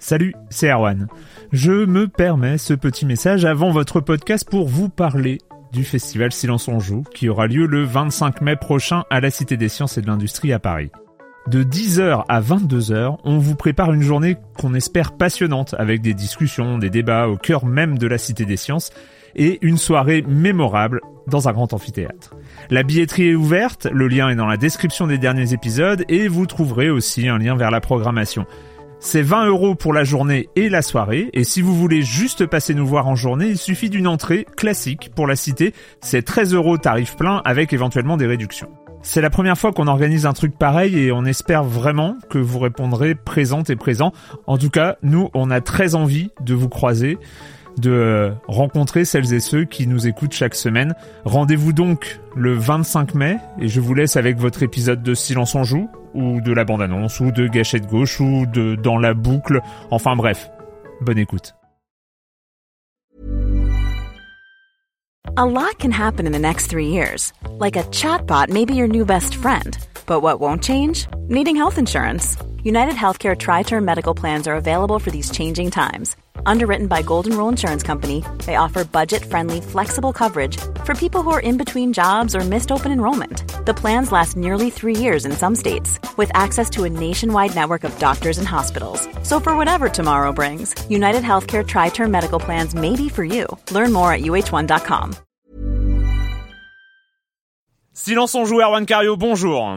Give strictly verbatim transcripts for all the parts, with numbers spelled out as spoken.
Salut, c'est Erwan. Je me permets ce petit message avant votre podcast pour vous parler du festival Silence on Joue qui aura lieu le vingt-cinq mai prochain à la Cité des Sciences et de l'Industrie à Paris. De dix heures à vingt-deux heures, on vous prépare une journée qu'on espère passionnante avec des discussions, des débats au cœur même de la Cité des Sciences et une soirée mémorable dans un grand amphithéâtre. La billetterie est ouverte, le lien est dans la description des derniers épisodes et vous trouverez aussi un lien vers la programmation. C'est vingt euros pour la journée et la soirée, et si vous voulez juste passer nous voir en journée, il suffit d'une entrée classique pour la Cité, c'est treize euros tarif plein avec éventuellement des réductions. C'est la première fois qu'on organise un truc pareil et on espère vraiment que vous répondrez présente et présent. En tout cas, nous, on a très envie de vous croiser, de rencontrer celles et ceux qui nous écoutent chaque semaine. Rendez-vous donc le vingt-cinq mai et je vous laisse avec votre épisode de Silence on Joue, ou de la bande-annonce, ou de Gâchette Gauche, ou de Dans la boucle. Enfin bref, bonne écoute. A lot can happen in the next three years. Like a chatbot may be your new best friend. But what won't change? Needing health insurance. United Healthcare Tri-Term Medical Plans are available for these changing times. Underwritten by Golden Rule Insurance Company, they offer budget-friendly, flexible coverage for people who are in between jobs or missed open enrollment. The plans last nearly three years in some states, with access to a nationwide network of doctors and hospitals. So for whatever tomorrow brings, United Healthcare Tri-Term Medical Plans may be for you. Learn more at U H one dot com. Silence on Joue, Erwan Cario, bonjour.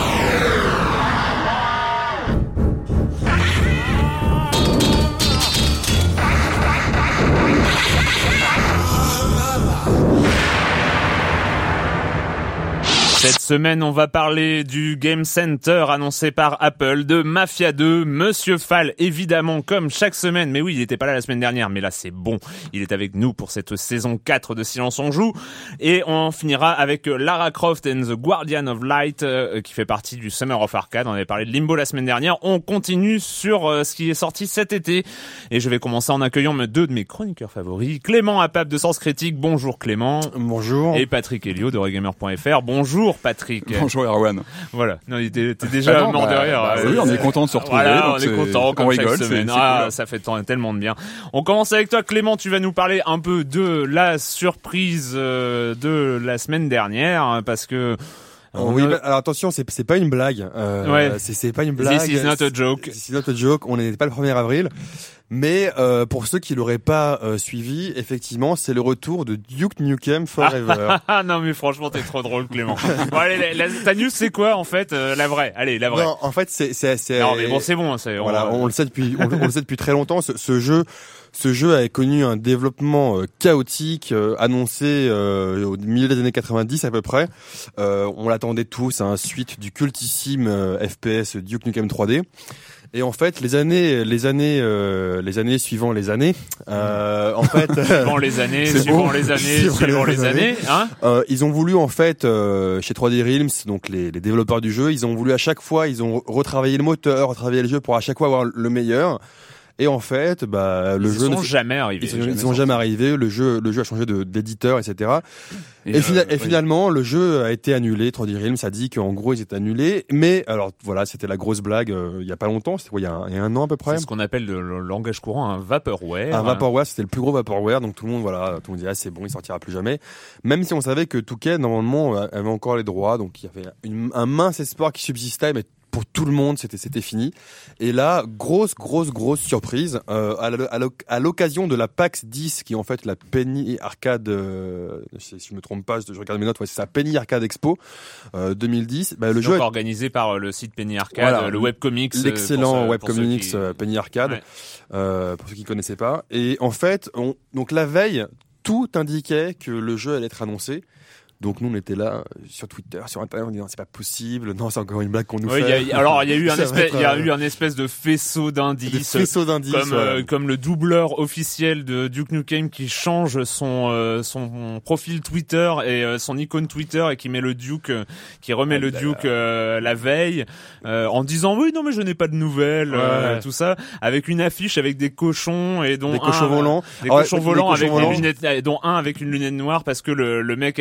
Cette semaine, on va parler du Game Center annoncé par Apple, de Mafia deux, Monsieur Fall, évidemment, comme chaque semaine. Mais oui, il était pas là la semaine dernière, mais là, c'est bon. Il est avec nous pour cette saison quatre de Silence on Joue. Et on finira avec Lara Croft and the Guardian of Light, euh, qui fait partie du Summer of Arcade. On avait parlé de Limbo la semaine dernière. On continue sur euh, ce qui est sorti cet été. Et je vais commencer en accueillant deux de mes chroniqueurs favoris. Clément Apap de Sens Critique. Bonjour Clément. Bonjour. Et Patrick Helio de Regamer point F R. Bonjour Patrick. Bonjour Erwan. Voilà, non, il était, t'es déjà ah non, mort bah, de rire. Bah, oui, on est content de se retrouver. Voilà, on est content comme on chaque rigole, semaine. c'est, c'est ah, cool. Ça fait t- tellement de bien. On commence avec toi, Clément. Tu vas nous parler un peu de la surprise euh, de la semaine dernière, hein, parce que. Oh, oui, a... bah, alors attention, c'est c'est pas une blague. Euh, ouais. C'est c'est pas une blague. This is not a joke. This is not a joke. On n'était pas le premier avril. Mais euh, pour ceux qui l'auraient pas euh, suivi, effectivement, c'est le retour de Duke Nukem Forever. Ah non mais franchement, t'es trop drôle, Clément. Bon allez, la, la, ta news c'est quoi en fait, euh, la vraie? Allez, la vraie. Non, en fait, c'est c'est c'est. Non mais bon, c'est bon. C'est, voilà, on, on le sait depuis, on, on le sait depuis très longtemps. Ce, ce jeu. Ce jeu a connu un développement euh, chaotique, euh, annoncé euh, au milieu des années quatre-vingt-dix à peu près. Euh, on l'attendait tous, un hein, suite du cultissime euh, F P S Duke Nukem trois D. Et en fait, les années, les années, euh, les années suivant les années, euh, en fait, suivant les années, suivant bon, les années, suivant les, les années, années hein euh, ils ont voulu en fait euh, chez trois D Realms, donc les, les développeurs du jeu, ils ont voulu à chaque fois, ils ont retravaillé le moteur, retravaillé le jeu pour à chaque fois avoir le meilleur. Et en fait, bah, le ils jeu sont ne jamais arrivés. Ils sont, ils sont jamais arrivés. Le jeu, le jeu a changé de, d'éditeur, et cetera. Et, et, euh, fina- et oui. finalement, le jeu a été annulé. trois D Realms a dit qu'en gros, ils étaient annulés. Mais alors, voilà, c'était la grosse blague. Euh, il y a pas longtemps, c'était quoi, il y a un, il y a un an à peu près. C'est ce qu'on appelle le, le langage courant un vaporware. Un vaporware, c'était le plus gros vaporware. Donc tout le monde, voilà, tout le monde dit ah c'est bon, il sortira plus jamais. Même si on savait que Touquet normalement avait encore les droits, donc il y avait une, un mince espoir qui subsistait, mais pour tout le monde, c'était c'était fini. Et là, grosse grosse grosse surprise euh, à, la, à l'occasion de la PAX dix, qui est en fait la Penny Arcade, euh, si je me trompe pas, je regarde mes notes, ouais, c'est ça, Penny Arcade Expo euh, deux mille dix. Bah, le jeu est organisé par le site Penny Arcade, voilà, le webcomics, l'excellent pour webcomics qui... Penny Arcade, ouais. euh, pour ceux qui connaissaient pas. Et en fait, on, donc la veille, tout indiquait que le jeu allait être annoncé. Donc nous on était là sur Twitter, sur Internet, on disait non, c'est pas possible, non c'est encore une blague qu'on nous ouais, fait. Y a, alors il y a eu un espèce, il y a euh... eu un espèce de faisceau d'indices, de faisceau d'indices comme ouais. euh, comme le doubleur officiel de Duke Nukem qui change son euh, son profil Twitter et euh, son icône Twitter et qui met le Duke, euh, qui remet ah, le Duke euh, la veille euh, en disant oui non mais je n'ai pas de nouvelles, ouais. euh, tout ça, avec une affiche avec des cochons et dont des un, cochons volants, des ah, cochons ouais, volants des cochons avec volants. des lunettes, dont un avec une lunette noire parce que le le mec euh, le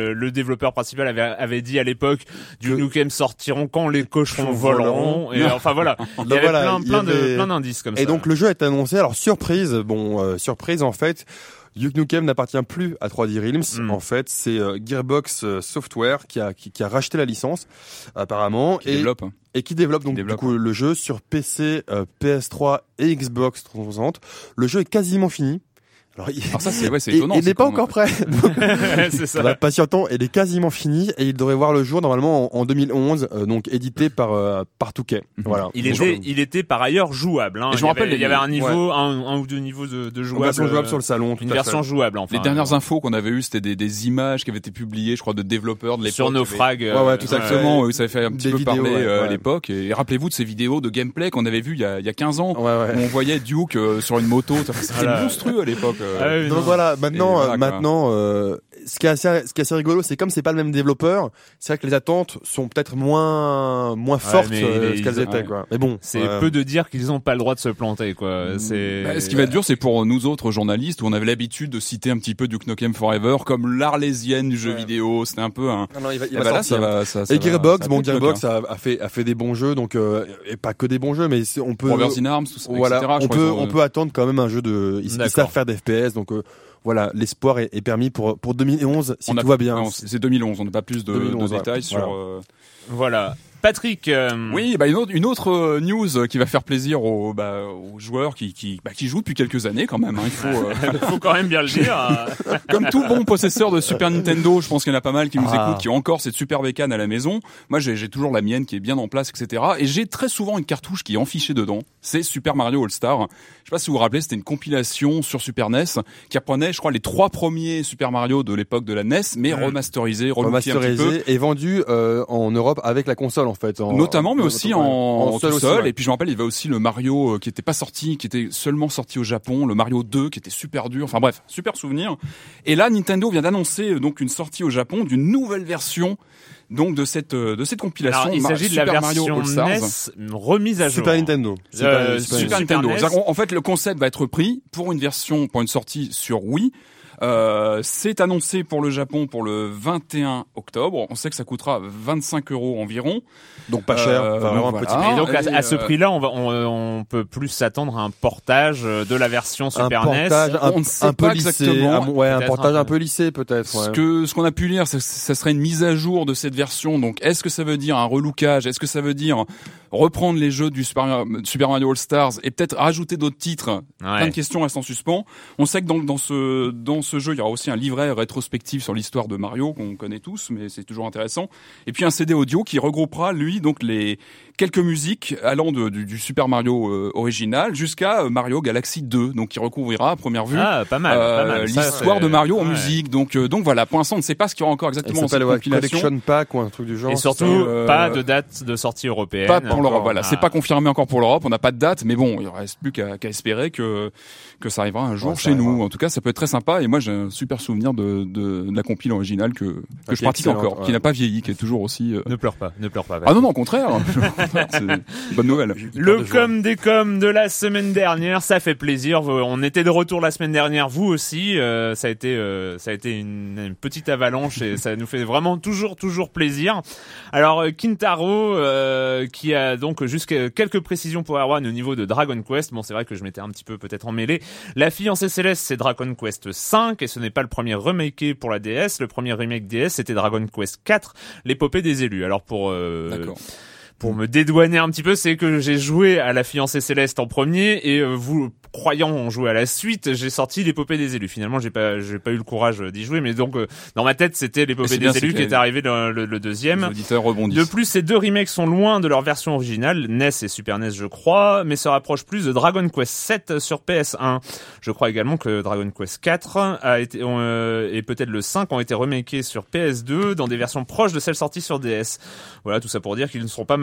le, le développeur principal avait, avait dit à l'époque Duke Nukem sortiront quand les cochons voleront. Et enfin voilà, il y avait voilà, plein, plein, il y avait... de, plein d'indices comme et ça. Et donc le jeu est annoncé. Alors surprise, bon euh, surprise en fait. Duke Nukem n'appartient plus à trois D Realms. Mm. En fait, c'est euh, Gearbox euh, Software qui a qui, qui a racheté la licence apparemment qui et développe. et qui développe donc qui développe. du coup le jeu sur P C, euh, P S trois et Xbox trois cent soixante. Le jeu est quasiment fini. Alors, il... Alors ça c'est ouais, c'est étonnant. Et il n'est pas encore prêt. Donc, c'est ça. Bah, patientons, il est quasiment fini et il devrait voir le jour normalement en, en deux mille onze, euh, donc édité par euh, par Touquet. Mm-hmm. Voilà. Il était il était par ailleurs jouable. Hein. Et je me rappelle, il y avait, il y avait un niveau, ouais. un, un ou deux niveaux de, de jouable. Une version jouable sur le salon. Tout une à version fait. jouable. Enfin. Les dernières infos qu'on avait eues, c'était des, des images qui avaient été publiées, je crois, de développeurs de l'époque. Sur Naufrag. Ouais, euh, ouais, tout exactement. Ouais. Ça avait fait un petit des peu vidéos, parler ouais, euh, ouais. à l'époque. Et rappelez-vous de ces vidéos de gameplay qu'on avait vues il y a, il y a quinze ans, ouais, ouais. où on voyait Duke euh, sur une moto. C'était voilà. monstrueux à l'époque. Euh. Ah oui, donc non. voilà. Maintenant, voilà, euh, maintenant, euh, ce qui est assez, ce qui est assez rigolo, c'est comme c'est pas le même développeur, c'est vrai que les attentes sont peut-être moins, moins fortes ouais, euh, les, ce qu'elles étaient, ouais. quoi. Mais bon, c'est euh... peu de dire qu'ils ont pas le droit de se planter, quoi. C'est. Bah, ce qui va être dur, c'est pour nous autres journalistes où on avait l'habitude de citer un petit peu Duke Nukem Forever comme l'arlésienne du jeu ouais. vidéo. C'était un peu un. Non, non, il va, il bah va là, ça va, ça, ça et Gearbox, va, ça bon, Gearbox a, a fait, a fait des bons jeux, donc euh, et pas que des bons jeux, mais on peut. Brothers in Arms, tout ça, voilà, et cetera. On peut, on peut attendre quand même un jeu de. Ils, ils savent faire des F P S, donc. Euh, Voilà, l'espoir est, est permis pour pour deux mille onze si on tout a, va bien. Non, c'est deux mille onze, on n'a pas plus de, de ouais. détails voilà. sur. Euh... Voilà. Patrick. Euh... Oui, bah une autre, une autre news qui va faire plaisir aux, bah, aux joueurs qui qui, bah, qui jouent depuis quelques années quand même. Hein. Il faut, euh... faut quand même bien le dire. Comme tout bon possesseur de Super Nintendo, je pense qu'il y en a pas mal qui nous ah. écoutent, qui ont encore cette super bécane à la maison. Moi, j'ai, j'ai toujours la mienne qui est bien en place, et cetera. Et j'ai très souvent une cartouche qui est enfichée dedans. C'est Super Mario All Star. Je sais pas si vous vous rappelez, c'était une compilation sur Super N E S qui reprenait, je crois, les trois premiers Super Mario de l'époque de la N E S, mais remasterisés, relooké un petit peu. Et vendus euh, en Europe avec la console en fait. En, Notamment, mais aussi en, en seul tout aussi, seul. ouais. Et puis je me rappelle, il y avait aussi le Mario qui était pas sorti, qui était seulement sorti au Japon, le Mario deux qui était super dur. Enfin bref, super souvenir. Et là, Nintendo vient d'annoncer donc une sortie au Japon d'une nouvelle version. Donc de cette de cette compilation. Alors, il s'agit de la version N E S remise à jour. Super Nintendo. Super, euh, Super, Super Nintendo. Nintendo. En fait, le concept va être repris pour une version, pour une sortie sur Wii. Euh, c'est annoncé pour le Japon pour le vingt et un octobre. On sait que ça coûtera vingt-cinq euros environ. Donc pas cher, euh, vraiment donc un voilà. petit. Et donc à, et à ce euh... prix-là, on va, on, on peut plus s'attendre à un portage de la version Super un portage, N E S. Un, on ne sait un peu pas lissé, exactement. Un, ouais, un portage un, un peu lissé peut-être. Ouais. Ce que ce qu'on a pu lire, c'est, ça serait une mise à jour de cette version. Donc, est-ce que ça veut dire un relookage? Est-ce que ça veut dire reprendre les jeux du Super, Super Mario All Stars et peut-être rajouter d'autres titres? Ouais. Plein de questions restent en suspens. On sait que dans, dans ce dans ce jeu, il y aura aussi un livret rétrospectif sur l'histoire de Mario qu'on connaît tous, mais c'est toujours intéressant. Et puis un C D audio qui regroupera lui donc les quelques musiques allant de, du, du Super Mario euh, original jusqu'à euh, Mario Galaxy deux, donc qui recouvrira à première vue ah, pas mal, euh, pas mal. l'histoire Ça, de Mario en ouais. musique. Donc euh, donc voilà, pour l'instant on ne sait pas ce qu'il y aura encore exactement dans cette ouais, compilation. Collection Pack ou un truc du genre. Et surtout euh, pas de date de sortie européenne. Pas pour l'Europe. Voilà, ah. c'est pas confirmé encore pour l'Europe. On n'a pas de date, mais bon, il reste plus qu'à, qu'à espérer que que ça arrivera un jour ouais, chez arrivera. nous. En tout cas, ça peut être très sympa. Et moi, j'ai un super souvenir de de, de la compile originale que que okay, je pratique encore, ouais. qui n'a pas vieilli, qui est toujours aussi. Euh... Ne pleure pas, ne pleure pas. Ah non non, au contraire. C'est une bonne nouvelle. Le com des coms de la semaine dernière, ça fait plaisir. On était de retour la semaine dernière, vous aussi. Euh, ça a été, euh, ça a été une, une petite avalanche et ça nous fait vraiment toujours, toujours plaisir. Alors Kintaro, euh, qui a donc jusqu'à quelques précisions pour Erwan au niveau de Dragon Quest. Bon, c'est vrai que je m'étais un petit peu peut-être emmêlé. La fiancée céleste, c'est Dragon Quest cinq et ce n'est pas le premier remaké pour la D S. Le premier remake D S, c'était Dragon Quest quatre, l'épopée des élus. Alors pour euh, D'accord. Pour me dédouaner un petit peu, c'est que j'ai joué à la fiancée céleste en premier et euh, vous croyant jouer à la suite, j'ai sorti l'épopée des élus. Finalement, j'ai pas j'ai pas eu le courage d'y jouer, mais donc euh, dans ma tête, c'était l'épopée des élus qui était arrivé le, le, le deuxième. Les auditeurs rebondissent. De plus, ces deux remakes sont loin de leur version originale, N E S et Super N E S, je crois, mais se rapprochent plus de Dragon Quest sept sur P S un. Je crois également que Dragon Quest quatre a été euh, et peut-être le cinq ont été remakés sur P S deux dans des versions proches de celles sorties sur D S. Voilà, tout ça pour dire qu'ils ne seront pas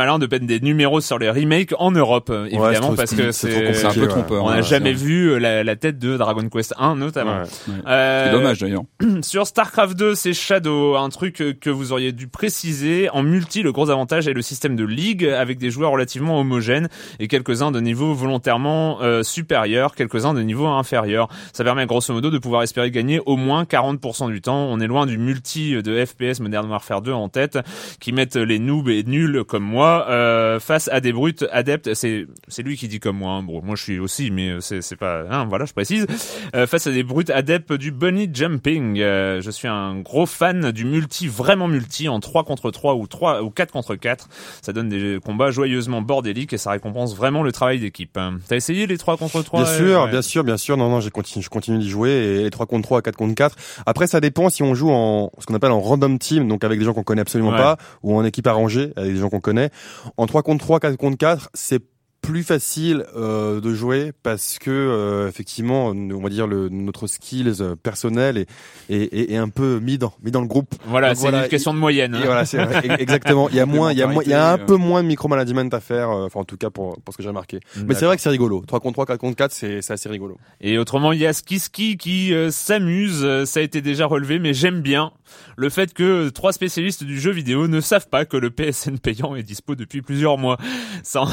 malin de mettre des numéros sur les remakes en Europe, évidemment, ouais, trop, parce que c'est, c'est, c'est un peu trompeur. on n'a ouais, jamais vu la, la tête de Dragon Quest un notamment. Ouais. Euh, c'est dommage d'ailleurs. Sur StarCraft deux, c'est Shadow, un truc que vous auriez dû préciser. En multi, le gros avantage est le système de ligue avec des joueurs relativement homogènes et quelques-uns de niveau volontairement euh, supérieurs, quelques-uns de niveau inférieur. Ça permet grosso modo de pouvoir espérer gagner au moins quarante pour cent du temps. On est loin du multi de F P S Modern Warfare deux en tête qui mettent les noobs et nuls comme moi euh, face à des brutes adeptes. C'est c'est lui qui dit comme moi. Hein. Bon, moi je suis aussi, mais c'est c'est pas. Hein, voilà, je précise. Euh, face à des brutes adeptes du bunny jumping. Euh, je suis un gros fan du multi, vraiment multi, en trois contre trois ou trois ou quatre contre quatre. Ça donne des combats joyeusement bordéliques et ça récompense vraiment le travail d'équipe. T'as essayé les trois contre trois? Bien sûr, ouais. bien sûr, bien sûr. Non, non, je continue, je continue d'y jouer et les trois contre trois, quatre contre quatre. Après, ça dépend si on joue en ce qu'on appelle en random team, donc avec des gens qu'on connaît absolument ouais. pas, ou en équipe arrangée avec des gens qu'on connaît. En trois contre trois, quatre contre quatre, c'est plus facile euh, de jouer parce que euh, effectivement on va dire le notre skills personnel est est, est un peu mis dans mis dans le groupe. Voilà, donc, c'est voilà, une question de moyenne. Et hein. voilà, c'est exactement. Il y a moins, il y a moins, il y a un peu moins de micromanagement à faire. Enfin, en tout cas pour pour ce que j'ai remarqué. D'accord. Mais c'est vrai que c'est rigolo. trois contre trois, quatre contre quatre, c'est c'est assez rigolo. Et autrement, il y a Skiski qui euh, s'amuse. Ça a été déjà relevé, mais j'aime bien le fait que trois spécialistes du jeu vidéo ne savent pas que le P S N payant est dispo depuis plusieurs mois. Ça en,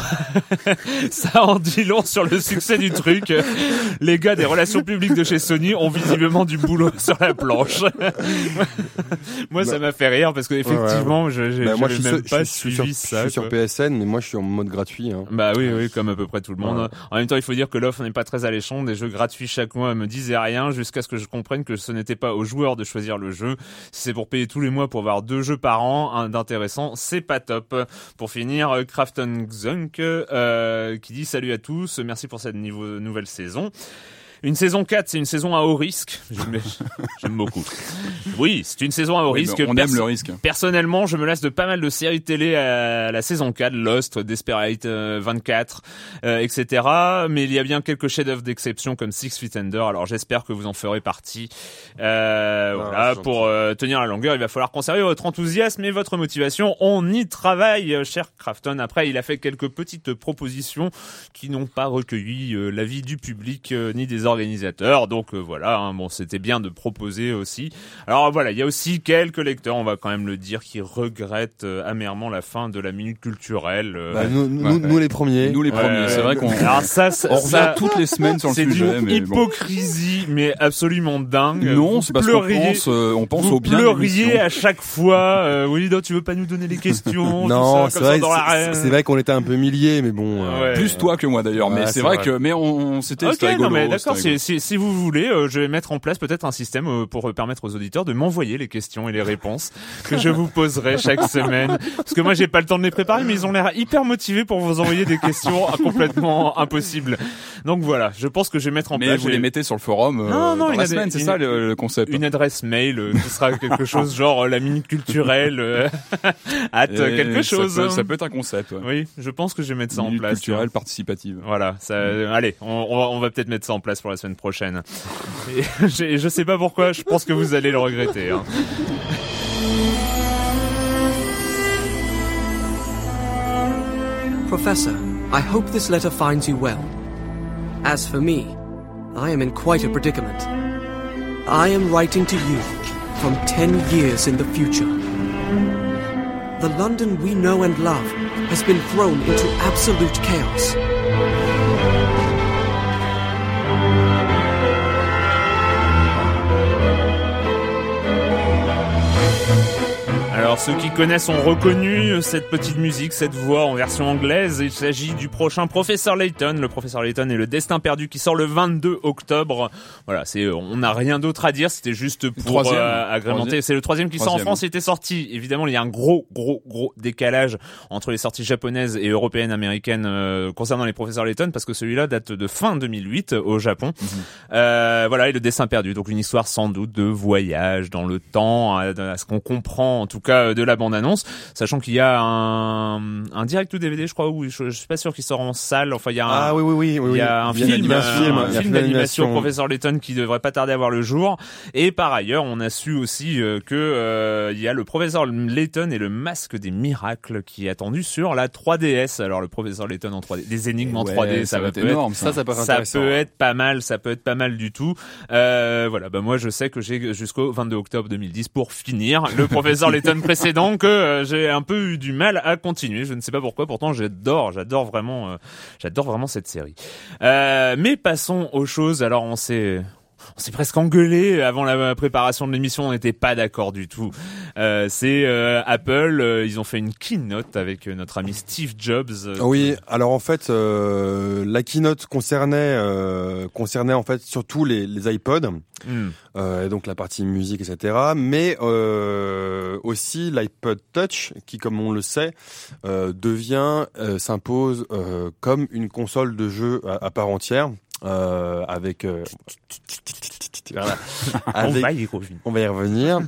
ça en dit long sur le succès du truc. Les gars des relations publiques de chez Sony ont visiblement du boulot sur la planche. Moi, ça m'a fait rire parce que effectivement, ouais, ouais. je, je bah, moi, je même suis pas je suis suivi sur, ça. Je suis sur P S N, mais moi, je suis en mode gratuit. Hein. Bah oui, oui, comme à peu près tout le monde. Ouais. En même temps, il faut dire que l'offre n'est pas très alléchante. Des jeux gratuits chaque mois me disaient rien jusqu'à ce que je comprenne que ce n'était pas aux joueurs de choisir le jeu. Si c'est pour payer tous les mois pour avoir deux jeux par an, un d'intéressant, c'est pas top. Pour finir, Crafton Xunk euh, qui dit salut à tous, merci pour cette niveau, nouvelle saison. Une saison quatre, c'est une saison à haut risque. J'aime, j'aime beaucoup. Oui, c'est une saison à haut oui, risque. On Perso- aime le risque. Personnellement, je me lasse de pas mal de séries télé à la saison quatre, Lost, Desperate vingt-quatre, euh, et cetera. Mais il y a bien quelques chefs-d'œuvre d'exception comme Six Feet Under. Alors j'espère que vous en ferez partie. Euh, ah, voilà, pour euh, tenir la longueur, il va falloir conserver votre enthousiasme et votre motivation. On y travaille, cher Crafton. Après, il a fait quelques petites propositions qui n'ont pas recueilli euh, l'avis du public euh, ni des organisateurs, donc euh, voilà, hein, bon, c'était bien de proposer aussi. Alors voilà, il y a aussi quelques lecteurs, on va quand même le dire, qui regrettent euh, amèrement la fin de la minute culturelle. Euh, bah, nous, nous, ouais, nous ouais. les premiers. Nous les ouais, premiers. C'est vrai qu'on. Alors ça, ça on revient ça, toutes les semaines sur le c'est sujet. C'est d'une mais hypocrisie, bon. mais absolument dingue. Non, vous c'est parce pleuriez, qu'on pense, euh, on pense vous au bien. Pleuriez à chaque fois. Euh, oui, non, tu veux pas nous donner les questions? Non, tout ça, c'est vrai. Dans la... C'est, c'est vrai qu'on était un peu milliers, mais bon. Euh... Ouais. Plus toi que moi d'ailleurs, mais ouais, c'est, c'est vrai, vrai que, mais on, on c'était, ok, c'était rigolo. non mais d'accord, c'était rigolo. si, si, si vous voulez, euh, je vais mettre en place peut-être un système euh, pour permettre aux auditeurs de m'envoyer les questions et les réponses que je vous poserai chaque semaine. Parce que moi, j'ai pas le temps de les préparer, mais ils ont l'air hyper motivés pour vous envoyer des questions complètement impossibles. Donc voilà, je pense que je vais mettre en mais place. Mais vous les mettez sur le forum euh, non, non, dans la adresse, semaine, c'est une, ça le, le concept. Une adresse mail euh, qui sera quelque chose genre euh, la minute culturelle euh, at quelque chose. Ça peut, ça peut être un concept. Ouais. Oui, je pense que je vais mettre ça minute en place. Culturelle participative. Voilà, ça. Euh, allez, on, on, va, on va peut-être mettre ça en place pour la semaine prochaine. Et, je, je sais pas pourquoi, je pense que vous allez le regretter. Hein. Professor, I hope this letter finds you well. As for me, I am in quite a predicament. I am writing to you from ten years in the future. The London we know and love has been thrown into absolute chaos. Alors ceux qui connaissent ont reconnu cette petite musique, cette voix en version anglaise. Il s'agit du prochain Professeur Layton. Le Professeur Layton est le Destin perdu qui sort le vingt-deux octobre. Voilà, c'est on n'a rien d'autre à dire, c'était juste pour euh, agrémenter. Troisième. C'est le troisième qui troisième. sort en France, il était sorti. Évidemment, il y a un gros gros gros décalage entre les sorties japonaises et européennes, américaines euh, concernant les Professeurs Layton parce que celui-là date de fin deux mille huit au Japon. Mm-hmm. Euh, voilà, et le Destin perdu, donc une histoire sans doute de voyage dans le temps, à, à ce qu'on comprend en tout cas la de la bande annonce, sachant qu'il y a un un direct ou D V D, je crois, où je, je suis pas sûr qu'il sort en salle. Enfin, il y a un, ah oui oui oui, oui il y a un il y a film, un film, un il y a film d'animation Professeur Layton qui devrait pas tarder à voir le jour. Et par ailleurs, on a su aussi euh, que euh, il y a le Professeur Layton et le masque des miracles qui est attendu sur la trois D S. Alors le Professeur Layton en trois D, des énigmes en ouais, trois D, ça, ça va être peut énorme. être, Ça, ça, ça peut être ça intéressant. peut être pas mal, ça peut être pas mal du tout. Euh, voilà, bah moi je sais que j'ai jusqu'au vingt-deux octobre deux mille dix pour finir le Professeur Layton précédent, que euh, j'ai un peu eu du mal à continuer. Je ne sais pas pourquoi. Pourtant, j'adore, j'adore vraiment, euh, j'adore vraiment cette série. Euh, mais passons aux choses. Alors on s'est On s'est presque engueulé avant la préparation de l'émission, on n'était pas d'accord du tout. Euh, c'est euh, Apple, euh, ils ont fait une keynote avec notre ami Steve Jobs. Oui, alors en fait, euh, la keynote concernait euh, concernait en fait surtout les, les iPods, mm. euh, et donc la partie musique, et cetera. Mais euh, aussi l'iPod Touch, qui, comme on le sait, euh, devient euh, s'impose euh, comme une console de jeu à, à part entière. Euh, avec, euh, voilà. avec on va y revenir. On va y revenir.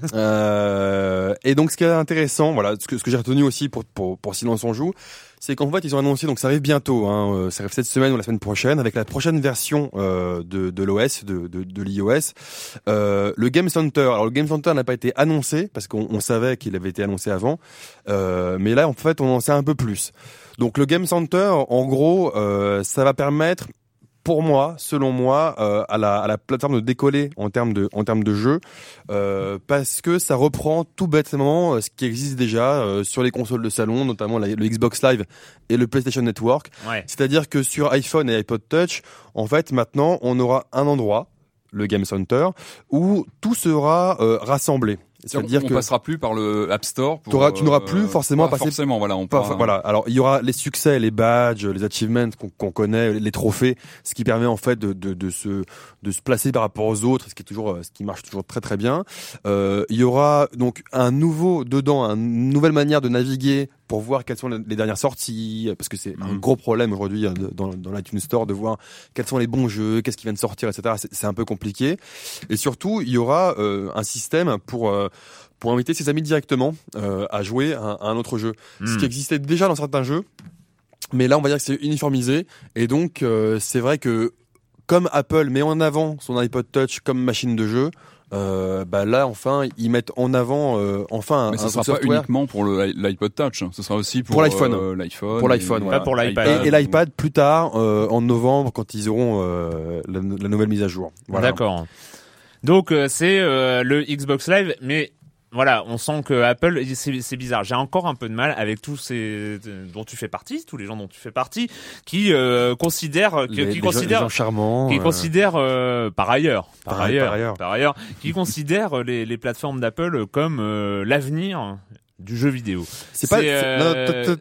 euh, et donc, ce qui est intéressant, voilà, ce que, ce que j'ai retenu aussi pour, pour, pour Silence on joue, c'est qu'en fait, ils ont annoncé, donc ça arrive bientôt, hein, ça arrive cette semaine ou la semaine prochaine, avec la prochaine version euh, de, de l'O S, de, de, de l'iOS, euh, le Game Center. Alors, le Game Center n'a pas été annoncé, parce qu'on on savait qu'il avait été annoncé avant, euh, mais là, en fait, on en sait un peu plus. Donc, le Game Center, en gros, euh, ça va permettre, pour moi, selon moi, euh, à la à la plateforme de décoller en termes de en termes de jeu, euh, parce que ça reprend tout bêtement euh, ce qui existe déjà euh, sur les consoles de salon, notamment la, le Xbox Live et le PlayStation Network. Ouais. C'est-à-dire que sur iPhone et iPod Touch, en fait, maintenant, on aura un endroit, le Game Center, où tout sera euh, rassemblé. C'est-à-dire on, on que passera plus par le App Store. Pour, euh, tu n'auras plus forcément pas à passer. Forcément, voilà. On pas, pourra... Voilà. Alors il y aura les succès, les badges, les achievements qu'on, qu'on connaît, les trophées, ce qui permet en fait de, de, de se de se placer par rapport aux autres, ce qui est toujours, ce qui marche toujours très très bien. Euh, il y aura donc un nouveau dedans, une nouvelle manière de naviguer pour voir quelles sont les dernières sorties, parce que c'est mmh. un gros problème aujourd'hui dans, dans l'iTunes Store de voir quels sont les bons jeux, qu'est-ce qui vient de sortir, et cetera. C'est, c'est un peu compliqué. Et surtout, il y aura euh, un système pour euh, pour inviter ses amis directement euh, à jouer à, à un autre jeu. Mmh. Ce qui existait déjà dans certains jeux, mais là on va dire que c'est uniformisé, et donc euh, c'est vrai que comme Apple met en avant son iPod Touch comme machine de jeu, euh, bah là enfin ils mettent en avant euh, enfin mais un, ce un sera software. Pas uniquement pour le, l'iPod Touch, ce sera aussi pour, pour l'iPhone, euh, l'iPhone, pour l'iPhone, et, voilà. Pas pour l'iPad. Et, et l'iPad plus tard euh, en novembre quand ils auront euh, la, la nouvelle mise à jour. Voilà. D'accord. Donc euh, c'est euh, le Xbox Live, mais voilà, on sent que Apple, c'est, c'est bizarre. J'ai encore un peu de mal avec tous ces dont tu fais partie, tous les gens dont tu fais partie, qui euh, considèrent, qui, les, qui les considèrent, gens, les gens charmants, qui euh... considèrent euh, par ailleurs, par, par ailleurs, par ailleurs, par ailleurs, qui considèrent les, les plateformes d'Apple comme euh, l'avenir du jeu vidéo. C'est, c'est pas euh...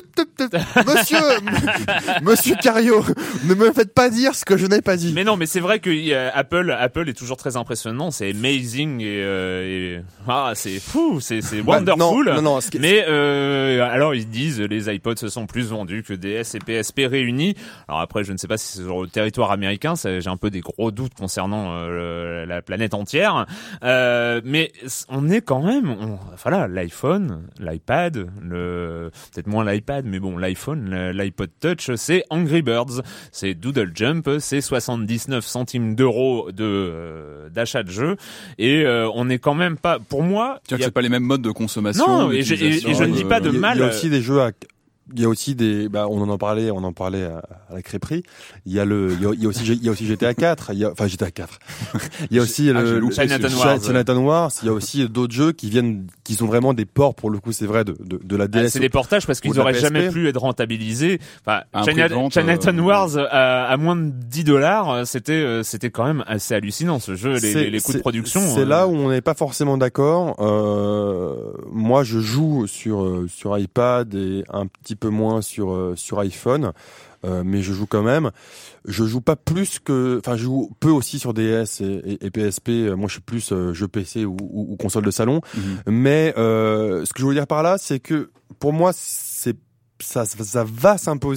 Monsieur Monsieur Cario, ne me faites pas dire ce que je n'ai pas dit. Mais non, mais c'est vrai que euh, Apple Apple est toujours très impressionnant, c'est amazing et, euh, et ah, c'est fou, c'est c'est wonderful. Bah, non, non, non, qui... Mais euh, alors ils disent les iPods se sont plus vendus que D S et P S P réunis. Alors après je ne sais pas si c'est sur le territoire américain, ça, j'ai un peu des gros doutes concernant euh, la planète entière. Euh, mais on est quand même on, voilà, l'iPhone, l'iPad, le peut-être moins l'iPad, mais bon, l'iPhone, l'iPod Touch, c'est Angry Birds, c'est Doodle Jump, c'est soixante-dix-neuf centimes d'euros de euh, d'achat de jeu, et euh, on est quand même pas, pour moi, tu vois que a... c'est pas les mêmes modes de consommation. Non, et je, et, et je ne dis pas de mal. Il y a aussi des jeux à Il y a aussi des, bah, on en parlait, on en parlait à, à la crêperie. Il y a le, il y a, il y a aussi, il y a aussi G T A quatre. Il y a, enfin G T A quatre. Il y a aussi ah, le, le Chinatown Wars. Chinatown Wars. Il y a aussi d'autres jeux qui viennent, qui sont vraiment des ports pour le coup, c'est vrai, de, de, de la D S. Ah, c'est des portages parce qu'ils auraient jamais pu être rentabilisés. Enfin, China, vente, Chinatown euh, Wars à, à moins de dix dollars, c'était, c'était quand même assez hallucinant ce jeu. Les, les, les coûts de production. C'est euh... là où on n'est pas forcément d'accord. Euh, moi, je joue sur sur iPad et un petit peu moins sur sur iPhone, euh, mais je joue quand même. Je joue pas plus que, enfin, je joue peu aussi sur D S et, et, et P S P. Moi, je suis plus euh, jeu P C ou, ou, ou console de salon. Mm-hmm. Mais euh, ce que je voulais dire par là, c'est que pour moi, c'est ça, ça, ça va s'imposer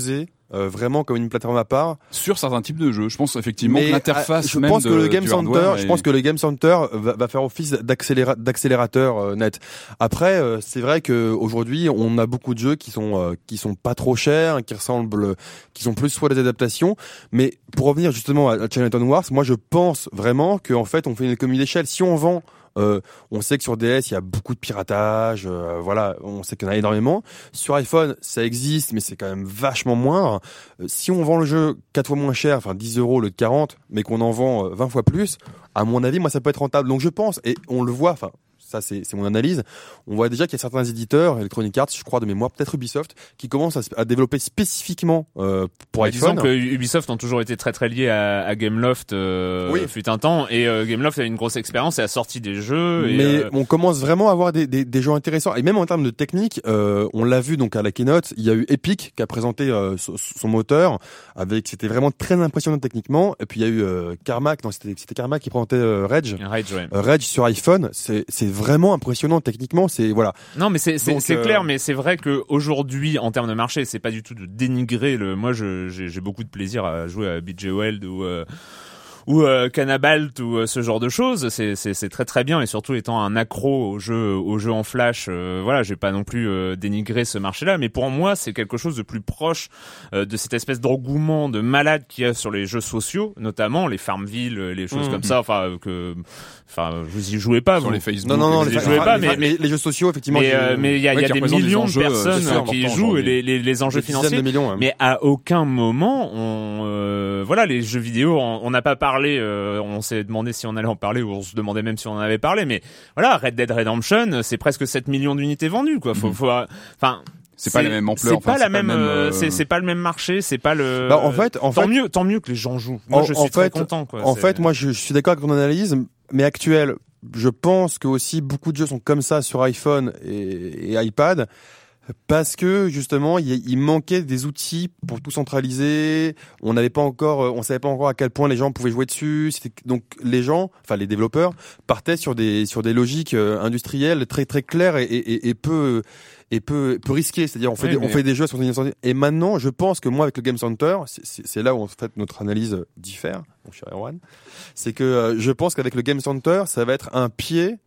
euh, vraiment comme une plateforme à part. Sur certains types de jeux, je pense effectivement Mais que l'interface je même pense de, que le Game du Center, hardware je est- pense que le Game Center va, va faire office d'accéléra- d'accélérateur euh, net. Après, euh, c'est vrai que aujourd'hui, on a beaucoup de jeux qui sont euh, qui sont pas trop chers, qui ressemblent, qui sont plus soit des adaptations. Mais pour revenir justement à, à Chinatown Wars, moi je pense vraiment qu'en fait, on fait une économie d'échelle. Si on vend Euh, on sait que sur D S il y a beaucoup de piratage, euh, voilà, on sait qu'il y en a énormément. Sur iPhone ça existe, mais c'est quand même vachement moindre. Euh, si on vend le jeu quatre fois moins cher, enfin dix euros au lieu de quarante, mais qu'on en vend euh, vingt fois plus, à mon avis, moi ça peut être rentable. Donc je pense, et on le voit, enfin ça c'est, c'est mon analyse, on voit déjà qu'il y a certains éditeurs, Electronic Arts, je crois de mémoire, peut-être Ubisoft, qui commencent à, à développer spécifiquement euh, pour Ouais, iPhone. disons que Ubisoft ont toujours été très très liés à, à Gameloft euh, Oui. fut un temps, et euh, Gameloft a une grosse expérience et a sorti des jeux. Et, Mais euh, on commence vraiment à avoir des, des, des jeux intéressants. Et même en termes de technique, euh, on l'a vu donc à la keynote, il y a eu Epic qui a présenté euh, son, son moteur, avec c'était vraiment très impressionnant techniquement. Et puis il y a eu euh, Carmack, non c'était, c'était Carmack qui présentait euh, Rage. Rage, ouais. Euh, Rage sur iPhone, c'est, c'est vraiment impressionnant techniquement. C'est voilà. Non, mais c'est c'est, Donc, c'est euh, clair, mais c'est vrai que aujourd'hui, en termes de marché, c'est pas du tout de dénigrer le. Moi, je, j'ai, j'ai beaucoup de plaisir à jouer à Bejeweled ou. Euh... ou euh, Cannabalt ou euh, ce genre de choses, c'est c'est c'est très très bien, et surtout étant un accro au jeu au jeu en flash, euh, voilà, j'ai pas non plus euh, dénigré ce marché-là, mais pour moi, c'est quelque chose de plus proche euh, de cette espèce d'engouement de malade qu'il y a sur les jeux sociaux, notamment les Farmville, les choses Mmh. comme ça, enfin euh, que enfin vous y jouez pas sur vous. les Facebook. Non non non, les les, jeux jouez pas, mais- les, les, les jeux sociaux effectivement. Mais j'ai- euh, mais il y a, il Ouais, y a qui des représentent des millions de enjeux, euh, personnes sociaux qui y importants jouent, et aujourd'hui. les les, les enjeux des dizaines financiers. de millions. hein. Mais à aucun moment, on, euh, voilà, les jeux vidéo, on on n'a pas parlé, euh, on s'est demandé si on allait en parler, ou on se demandait même si on en avait parlé, mais voilà, Red Dead Redemption, c'est presque sept millions d'unités vendues, quoi. Faut, Mhm. faut, enfin. C'est pas la même ampleur, C'est enfin, pas c'est la pas même, le même, euh, euh, c'est, c'est pas le même marché, c'est pas le. Bah, en fait, en tant fait- mieux, tant mieux que les gens jouent. Moi, En- je en suis très fait- content, quoi. En C'est- fait, moi, je, je suis d'accord avec ton analyse, mais actuelle. Je pense que aussi beaucoup de jeux sont comme ça sur iPhone et, et iPad, parce que justement, il, y- il manquait des outils pour tout centraliser. On n'avait pas encore, euh, on savait pas encore à quel point les gens pouvaient jouer dessus. C'était, donc les gens, enfin les développeurs, partaient sur des sur des logiques euh, industrielles très très claires et, et, et- et peu et peu peu risquées. C'est-à-dire on fait Oui, des, mais- on fait des jeux sur une et maintenant, je pense que moi avec le Game Center, c'est, c'est, c'est là où en fait notre analyse diffère, mon cher Erwan. C'est que euh, je pense qu'avec le Game Center, ça va être un pied.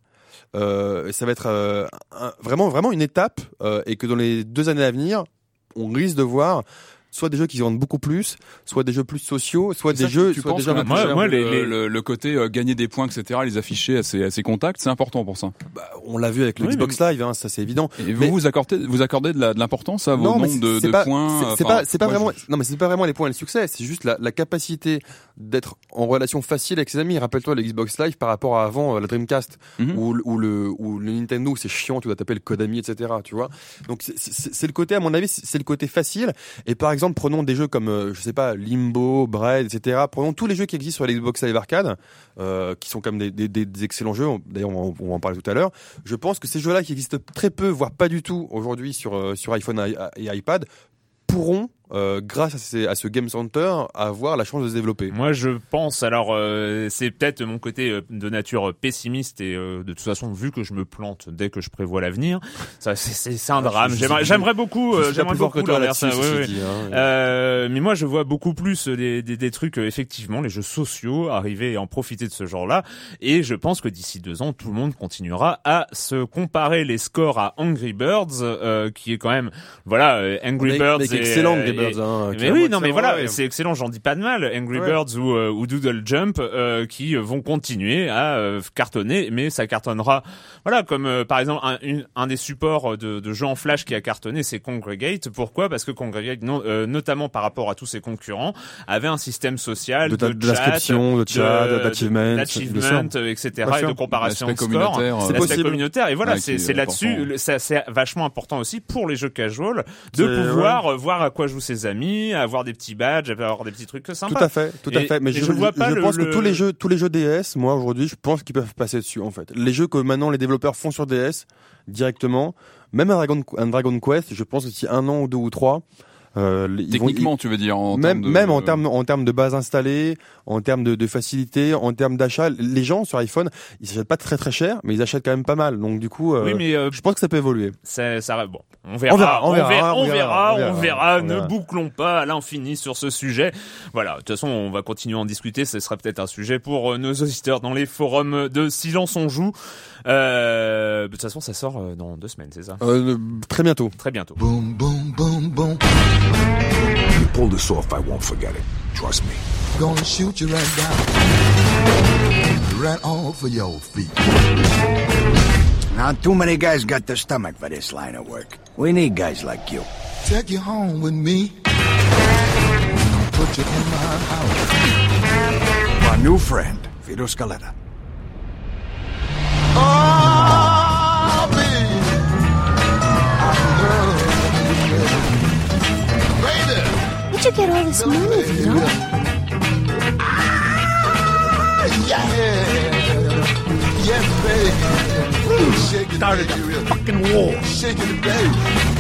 Euh, ça va être euh, un- vraiment vraiment une étape euh, et que dans les deux années à venir, on risque de voir soit des jeux qui se vendent beaucoup plus, soit des jeux plus sociaux, soit C'est des ça, jeux, tu soit penses des jeux que un peu moi- plus moi, chers. moi, les- le, les- le, le côté euh, gagner des points, et cetera, les afficher à ses, à ses contacts, c'est important pour ça. Bah, on l'a vu avec le Oui, Xbox Live, hein, ça c'est évident. Et vous Mais- vous accordez, vous accordez de la- de l'importance à vos Non, mais nombres de, c'est de pas, points. c'est- c'est enfin, pas, c'est pas moi, vraiment, je- non mais c'est pas vraiment les points et le succès, c'est juste la, la capacité d'être en relation facile avec ses amis. Rappelle-toi le Xbox Live par rapport à avant euh, la Dreamcast, Mhm. ou, ou le ou le Nintendo, c'est chiant, tu dois taper le Konami, et cetera. Tu vois. Donc c'est- c'est c'est le côté, à mon avis, c'est c'est le côté facile. Et par exemple, prenons des jeux comme, euh, je sais pas, Limbo, Braid, et cetera. Prenons tous les jeux qui existent sur la Xbox Live Arcade, euh, qui sont comme des, des, des, des excellents jeux. D'ailleurs, on, va- on va en parler tout à l'heure. Je pense que ces jeux-là, qui existent très peu, voire pas du tout aujourd'hui sur euh, sur iPhone et et iPad, pourront, euh, grâce à, ces, à ce Game Center, avoir la chance de se développer. Moi, je pense. Alors, euh, c'est peut-être mon côté euh, de nature pessimiste, et euh, de toute façon, vu que je me plante dès que je prévois l'avenir, ça, c'est, c'est, c'est un Ah, drame. je- je- J'aimerais, je- j'aimerais beaucoup, Je euh, suis j'aimerais plus fort beaucoup que toi l'inverse, là-dessus, ouais, ceci ouais. dit, hein. Euh, mais moi, je vois beaucoup plus des, des, des trucs, euh, effectivement, les jeux sociaux arriver et en profiter de ce genre-là. Et je pense que d'ici deux ans, tout le monde continuera à se comparer les scores à Angry Birds, euh, qui est quand même, voilà, euh, Angry Mais- Birds. mais qui est est- excellent, Angry est- Birds, hein, qui mais est oui, vraiment non, mais excellent, voilà, ouais. c'est excellent, j'en dis pas de mal. Angry Ouais. Birds ou, euh, ou Doodle Jump, euh, qui vont continuer à euh, cartonner, mais ça cartonnera. Voilà, comme euh, par exemple un, une, un des supports de, de jeux en flash qui a cartonné, c'est Congregate. Pourquoi ? Parce que Congregate, non, euh, notamment par rapport à tous ses concurrents, avait un système social De, de, ta- de chat, l'inscription, de chat, de- d'achievement, d'achievement, bien sûr. et cetera, Bien et de sûr. comparation de L'aspect score, communautaire, euh, C'est l'aspect possible. communautaire. Et voilà, Ouais, c'est, qui c'est est là-dessus, important. le- ça, c'est vachement important aussi pour les jeux casual de C'est- pouvoir euh, voir à quoi jouent ses amis, avoir des petits badges, avoir des petits trucs sympas. Tout à fait, tout à Et- fait. Mais et je, je vois pas je le- pense le- que tous les jeux, tous les jeux D S, moi aujourd'hui, je pense qu'ils peuvent passer dessus en fait. Les jeux que maintenant les développeurs font sur D S directement, même un Dragon, un Dragon Quest, je pense que d'ici un an ou deux ou trois, euh, ils vont- Techniquement, tu veux dire en même termes de... même en termes en termes de base installée, en termes de, de facilité, en termes d'achat, les gens sur iPhone, ils s'achètent pas très très cher, mais ils achètent quand même pas mal. Donc du coup, euh, Oui, mais euh, je pense que ça peut évoluer. ça, ça, bon, On verra, on verra, on verra, on on verra, verra, on verra, on verra. on Ne verra. bouclons pas à l'infini sur ce sujet. Voilà, de toute façon, on va continuer à en discuter. Ce sera peut-être un sujet pour nos auditeurs dans les forums de Silence on joue. Euh, de toute façon, ça sort dans deux semaines, c'est ça? Euh, très bientôt. Très bientôt. Boom, boom, boom, boom. You pull this off, I won't forget it. Trust me. Gonna shoot you right down. Right off of your feet. Not too many guys got the stomach for this line of work. We need guys like you. Take you home with me. Put you in my house. My new friend, Vito Scaletta. Oh, baby. I love you, baby. Where'd you get all this money, Vito? Ah, yeah. Yes, baby. Shake it, Started baby. a fucking war. Shake it, baby.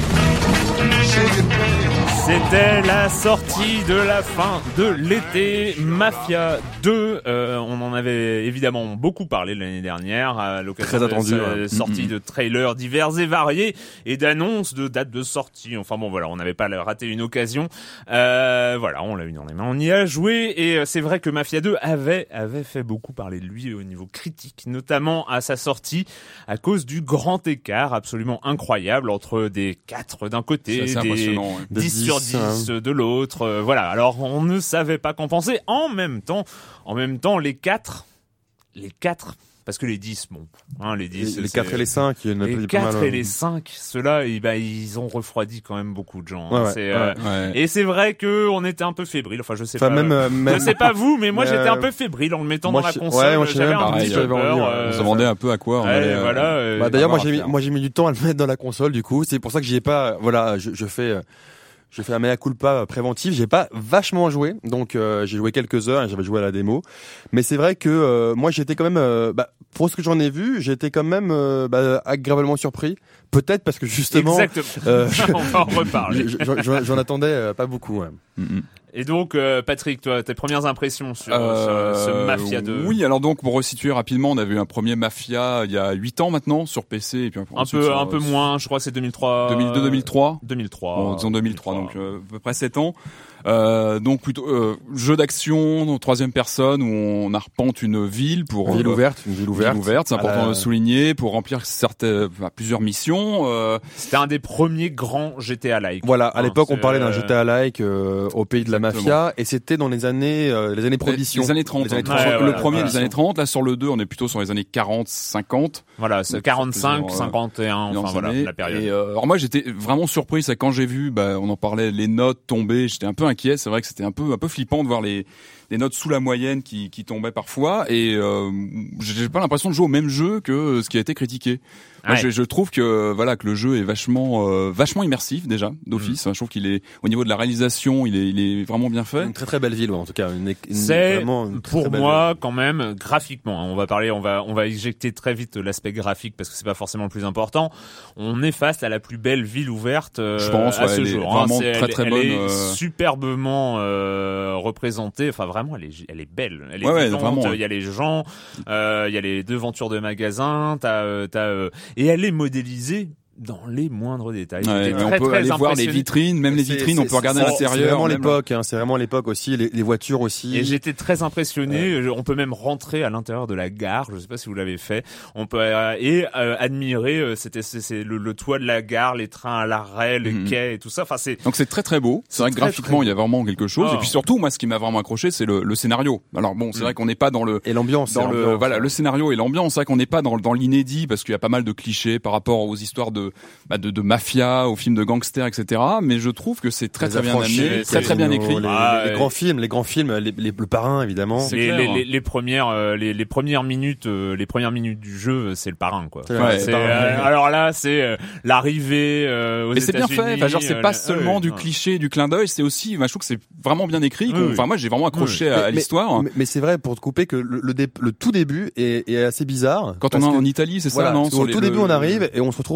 Shake it, baby. C'était la sortie de la fin de l'été, Mafia deux. Euh, on en avait évidemment beaucoup parlé l'année dernière à l'occasion Très de attendu, sa ouais. sortie de trailers divers et variés et d'annonces de dates de sortie. Enfin bon, voilà, on n'avait pas raté une occasion. Euh, voilà, on l'a eu dans les mains, on y a joué et c'est vrai que Mafia deux avait avait fait beaucoup parler de lui au niveau critique, notamment à sa sortie à cause du grand écart absolument incroyable entre des quatre d'un côté, C'est assez des impressionnant, ouais. De dix sur dix, dix de l'autre. Euh, voilà. Alors on ne savait pas qu'en penser. En même temps, en même temps, les quatre, les quatre, parce que les dix, bon, hein, les dix, Les c'est- quatre et les cinq, il y en a les pas quatre mal, et hein. les cinq, ceux-là, eh ben, ils ont refroidi quand même beaucoup de gens. Ouais, hein. ouais, C'est, ouais. euh, Ouais. Et c'est vrai que on était un peu fébrile. Enfin, je sais Enfin, pas. même, euh, même- Je sais pas vous, mais moi Mais, j'étais un euh, peu fébrile en le mettant moi, dans la je- console. ouais, moi, je sais J'avais même un pareil, petit j'avais peu envie, peur. ouais. euh, On se demandait un peu à quoi on ouais, allait. euh, voilà. euh, Bah, d'ailleurs, moi avoir j'ai mis, à faire. moi j'ai mis du temps à le mettre dans la console. Du coup, c'est pour ça que j'y ai pas. Voilà, je, je fais, euh, je fais un mea culpa préventif. J'ai pas vachement joué, donc euh, j'ai joué quelques heures et j'avais joué à la démo. Mais c'est vrai que euh, moi j'étais quand même, euh, bah, pour ce que j'en ai vu, j'étais quand même euh, bah, agréablement surpris. Peut-être parce que justement, Exactement. euh, On va en reparler. je- je- j'en j'en attendais euh, pas beaucoup. Ouais. Mm-mm. Et donc, euh, Patrick, toi, tes premières impressions sur, Euh, sur ce Mafia deux? Oui, alors donc pour resituer rapidement, on avait eu un premier Mafia il y a huit ans maintenant sur P C et puis Un ensuite peu, sur- un peu moins, je crois que c'est deux mille trois. deux mille deux deux mille trois. deux mille trois. Bon, disons deux mille trois, donc euh, à peu près sept ans. Euh, donc plutôt euh, jeu d'action, troisième personne où on arpente une ville pour Ville euh, ouverte, une ville ouverte. Ville ouverte, c'est À important la- de le souligner pour remplir certaines, enfin, plusieurs missions. Euh, C'était un des premiers grands G T A-like. Voilà, à Hein, l'époque, on c'est, parlait d'un euh, G T A-like euh, au pays de la Exactement. mafia, et c'était dans les années, euh, les années prohibition. Les années trente. Les années hein. trente. Ouais, le voilà, premier, voilà. les années trente. Là, sur le deux, on est plutôt sur les années quarante, cinquante. Voilà, c'est Donc, quarante-cinq, plusieurs, euh, cinquante et un, enfin Plusieurs voilà, années. la période. Et euh, alors moi, j'étais vraiment surpris. Ça, quand j'ai vu, bah, on en parlait, les notes tomber, j'étais un peu inquiet. C'est vrai que c'était un peu, un peu flippant de voir les, les notes sous la moyenne qui, qui tombaient parfois. Et euh, j'ai pas l'impression de jouer au même jeu que ce qui a été critiqué. Moi, Ouais. je, je trouve que voilà que le jeu est vachement, euh, vachement immersif déjà d'office. Mm. Je trouve qu'il est au niveau de la réalisation, il est, il est vraiment bien fait. Une très très belle ville, ouais, en tout cas. Une, une- C'est vraiment une très, pour très belle moi ville. quand même graphiquement. hein, On va parler, on va on va éjecter très vite l'aspect graphique parce que c'est pas forcément le plus important. On est face à la plus belle ville ouverte euh, Je pense, à ouais, ce elle est jour. vraiment C'est- très, elle- très elle bonne, est euh. superbement euh, représentée. Enfin vraiment, elle est elle est belle. Elle est Ouais, ouais, vivante. vraiment, ouais. Il y a les gens, euh, il y a les devantures de magasins. T'as euh, t'as euh, et elle est modélisée dans les moindres détails. Ouais, J'étais mais on très, peut très aller voir les impressionné. vitrines, même les C'est- vitrines, c'est- on peut regarder à c'est- l'intérieur. C'est vraiment même. l'époque, hein, c'est vraiment l'époque aussi, les, les voitures aussi. Et j'étais très impressionné. Je- On peut même rentrer à l'intérieur de la gare. Je sais pas si vous l'avez fait. On peut euh, et euh, admirer. euh, C'était c'est, c'est le, le toit de la gare, les trains à l'arrêt, les Mhm. quais et tout ça. Enfin c'est Donc c'est très très beau. C'est vrai que très, graphiquement très il y a vraiment quelque chose. Oh. Et puis surtout moi ce qui m'a vraiment accroché c'est le, le scénario. Alors bon c'est Mm. vrai qu'on n'est pas dans le Et l'ambiance. dans c'est le l'ambiance. voilà le scénario et l'ambiance. C'est vrai qu'on n'est pas dans dans l'inédit parce qu'il y a pas mal de clichés par rapport aux histoires de bah, de, de mafia, aux films de gangsters, et cetera. Mais je trouve que c'est très Les très bien affranchis, amené, les très très bien casinos, écrit. Les, Ah, les ouais. grands films, les grands films, les, les- le parrain évidemment. C'est les, clair, les, hein. les, les premières euh, les, les premières minutes euh, les premières minutes du jeu euh, c'est le parrain quoi. C'est Enfin, vrai, c'est, le parrain, euh, ouais. alors là c'est euh, l'arrivée euh, aux Mais c'est bien fait. États-Unis, Enfin, genre c'est euh, pas la- seulement ouais, du ouais. cliché, du clin d'œil. C'est aussi, bah, je trouve que c'est vraiment bien écrit. Oui, oui. Enfin moi j'ai vraiment accroché Oui, à, à Mais- l'histoire. Mais, mais c'est vrai pour te couper que le, le, dé- le tout début est, est assez bizarre. Quand on parce est que- en Italie, c'est ça, Voilà, non parce sur qu'au les- tout le- début, on arrive et on se retrouve dans un espèce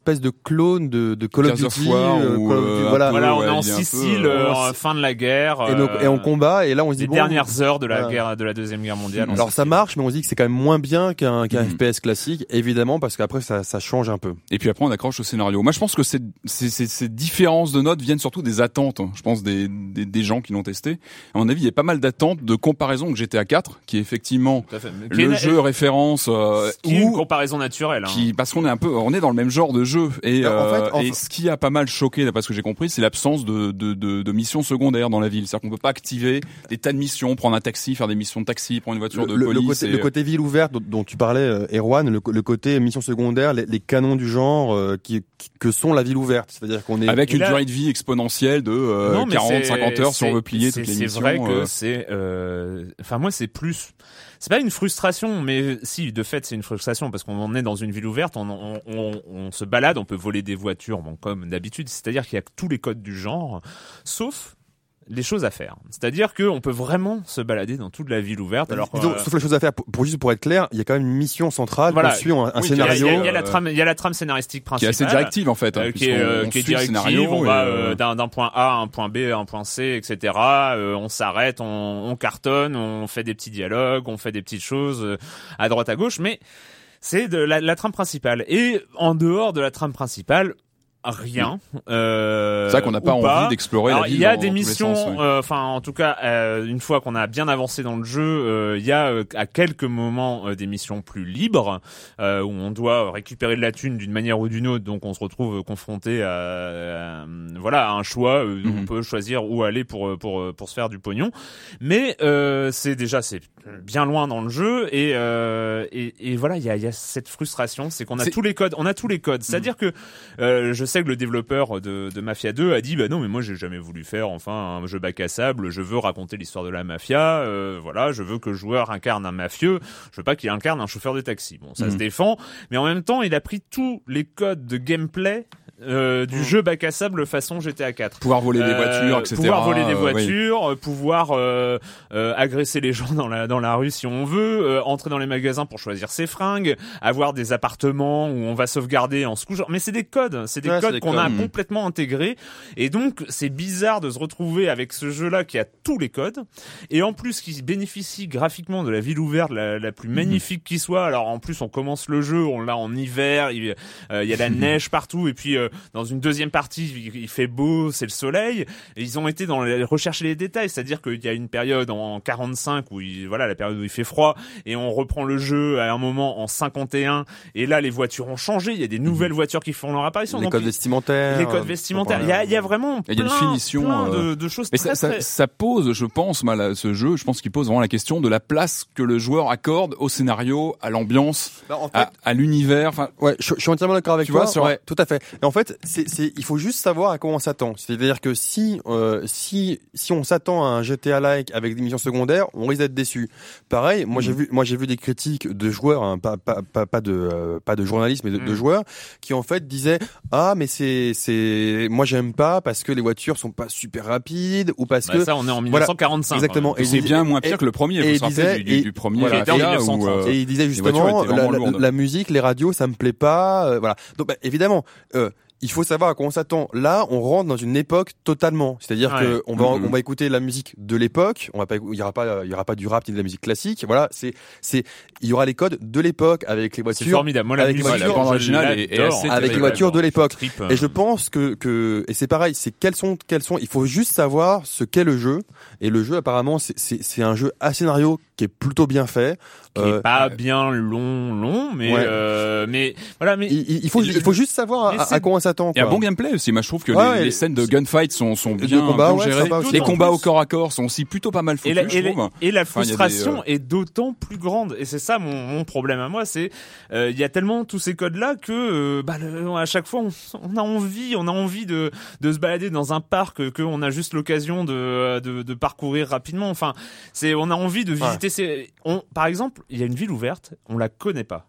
espèce de clone de, de Call of Duty. Euh, ou, euh, voilà, voilà, ouais, on est en peu, Sicile, euh, euh, fin de la guerre. Et, nos, et on combat, et là on se dit les bon, dernières heures de la voilà. guerre, de la deuxième guerre mondiale. Alors ça marche, mais on se dit que c'est quand même moins bien qu'un, qu'un mmh. F P S classique, évidemment, parce qu'après ça, ça change un peu. Et puis après on accroche au scénario. Moi je pense que ces, ces, ces, ces différences de notes viennent surtout des attentes. Je pense des, des, des gens qui l'ont testé. À mon avis, il y a pas mal d'attentes de comparaison avec G T A quatre, qui est effectivement le une, jeu référence euh, qui est une ou comparaison naturelle. Hein. qui parce qu'on est un peu, on est dans le même genre de jeu. Et, en euh, fait, en et f... ce qui a pas mal choqué, d'après ce que j'ai compris, c'est l'absence de, de, de, de missions secondaires dans la ville. C'est-à-dire qu'on peut pas activer des tas de missions, prendre un taxi, faire des missions de taxi, prendre une voiture le, de police. Le côté, et... le côté ville ouverte dont, dont tu parlais, euh, Erwan, le, le côté mission secondaire, les, les canons du genre euh, qui, qui que sont la ville ouverte. C'est-à-dire qu'on est avec une là... durée de vie exponentielle de euh, non, quarante, cinquante heures si on veut plier toutes les c'est missions. C'est vrai euh... que c'est, euh... enfin moi c'est plus. C'est pas une frustration, mais si, de fait, c'est une frustration parce qu'on est dans une ville ouverte, on, on, on, on se balade, on peut voler des voitures, bon, comme d'habitude. C'est-à-dire qu'il y a tous les codes du genre, sauf les choses à faire. C'est-à-dire qu'on peut vraiment se balader dans toute la ville ouverte. Alors, disons, euh... sauf les choses à faire. Pour, pour juste pour être clair, il y a quand même une mission centrale. Voilà. On suit un, un oui, scénario. Il y, a, il y a la trame, il y a la trame scénaristique principale. Qui est assez directive en fait. Hein, euh, qui est, euh, qui est directive. On va euh, d'un, d'un point A à un point B, à un point C, et cetera. Euh, on s'arrête, on, on cartonne, on fait des petits dialogues, on fait des petites choses euh, à droite à gauche, mais c'est de la, la trame principale. Et en dehors de la trame principale, rien. Euh, c'est vrai qu'on n'a pas envie pas. d'explorer Alors, la ville. Il y a dans, des dans missions, sens, ouais. euh, enfin en tout cas, euh, une fois qu'on a bien avancé dans le jeu, euh, il y a euh, à quelques moments euh, des missions plus libres euh, où on doit récupérer de la thune d'une manière ou d'une autre. Donc on se retrouve confronté à, à, à voilà à un choix. Euh, mm-hmm. On peut choisir où aller pour pour pour se faire du pognon. Mais euh, c'est déjà c'est bien loin dans le jeu et euh, et, et voilà il y a il y a cette frustration, c'est qu'on a c'est... tous les codes, on a tous les codes. C'est-à-dire mm-hmm. que euh, je sais que le développeur de, de Mafia deux a dit bah non mais moi j'ai jamais voulu faire enfin un jeu bac à sable, je veux raconter l'histoire de la mafia, euh, voilà je veux que le joueur incarne un mafieux, je veux pas qu'il incarne un chauffeur de taxi. Bon ça mmh. se défend, mais en même temps il a pris tous les codes de gameplay Euh, du mmh. jeu bac à sable façon G T A quatre. Pouvoir voler des voitures, euh, et cetera. Pouvoir voler des euh, voitures, oui. pouvoir euh, euh, agresser les gens dans la dans la rue si on veut, euh, entrer dans les magasins pour choisir ses fringues, avoir des appartements où on va sauvegarder en se couchant. Mais c'est des codes, c'est des ouais, codes c'est des qu'on codes. a mmh. complètement intégrés. Et donc c'est bizarre de se retrouver avec ce jeu-là qui a tous les codes et en plus qui bénéficie graphiquement de la ville ouverte la, la plus magnifique mmh. qui soit. Alors en plus on commence le jeu, on l'a en hiver, il euh, y a la neige partout et puis euh, dans une deuxième partie, il fait beau, c'est le soleil. Et ils ont été dans les, rechercher les détails, c'est-à-dire qu'il y a une période en quarante-cinq où il, voilà la période où il fait froid et on reprend le jeu à un moment en cinquante et un et là les voitures ont changé, il y a des nouvelles voitures qui font leur apparition. Les donc, codes vestimentaires. Les codes vestimentaires. Il y a, il y a vraiment plein, il y a une finition, plein euh... de, de choses. Mais très, ça, très... ça, ça pose, je pense, mal à ce jeu. Je pense qu'il pose vraiment la question de la place que le joueur accorde au scénario, à l'ambiance, bah, en fait, à, à l'univers. Enfin, ouais, je, je suis entièrement d'accord avec tu toi. Vois, sur... ouais, tout à fait. Et en fait, c'est, c'est, il faut juste savoir à quoi on s'attend. C'est-à-dire que si, euh, si, si on s'attend à un G T A-like avec des missions secondaires, on risque d'être déçu. Pareil, moi mmh. j'ai vu, moi j'ai vu des critiques de joueurs, hein, pas, pas, pas, pas de, euh, pas de journalistes, mais de, mmh. de joueurs, qui en fait disaient ah mais c'est, c'est, moi j'aime pas parce que les voitures sont pas super rapides ou parce bah, que ça on est en dix-neuf cent quarante-cinq. Voilà, exactement. Et c'est bien moins pire et, que le premier. Et il faut disait, du, du, du premier. Voilà, et, là, où, euh, et il disait justement la, la, la musique, les radios, ça me plaît pas. Euh, voilà. Donc bah, évidemment. Euh, il faut savoir à quoi on s'attend. Là, on rentre dans une époque totalement. C'est-à-dire ouais. que on va, mm-hmm. on va écouter la musique de l'époque. On va pas, il y aura pas, il y aura pas du rap ni de la musique classique. Voilà, c'est, c'est, il y aura les codes de l'époque avec les voitures. C'est formidable. Moi, la avec musique, les voitures originale est, est assez avec les voitures de l'époque. Et je pense que, que, et c'est pareil, c'est quels sont, quels sont, il faut juste savoir ce qu'est le jeu. Et le jeu, apparemment, c'est, c'est, c'est un jeu à scénario qui est plutôt bien fait. Qui euh, est pas bien long, long, mais, ouais. euh, mais, voilà, mais. Il, il faut, il faut juste savoir à, à quoi on s'attend. Il y a un bon gameplay aussi. Moi, je trouve que ouais, les, les scènes de gunfight sont, sont bien, combats, bien ouais, gérées. Les combats au corps à corps sont aussi plutôt pas mal foutus, et la, je et trouve. Et la frustration enfin, des, euh... est d'autant plus grande. Et c'est ça mon, mon problème à moi, c'est, euh, il y a tellement tous ces codes-là que, euh, bah, le, à chaque fois, on, on a envie, on a envie de, de se balader dans un parc que on a juste l'occasion de, de, de parcourir rapidement. Enfin, c'est, on a envie de visiter ouais. ces, on, par exemple, il y a une ville ouverte, on la connaît pas.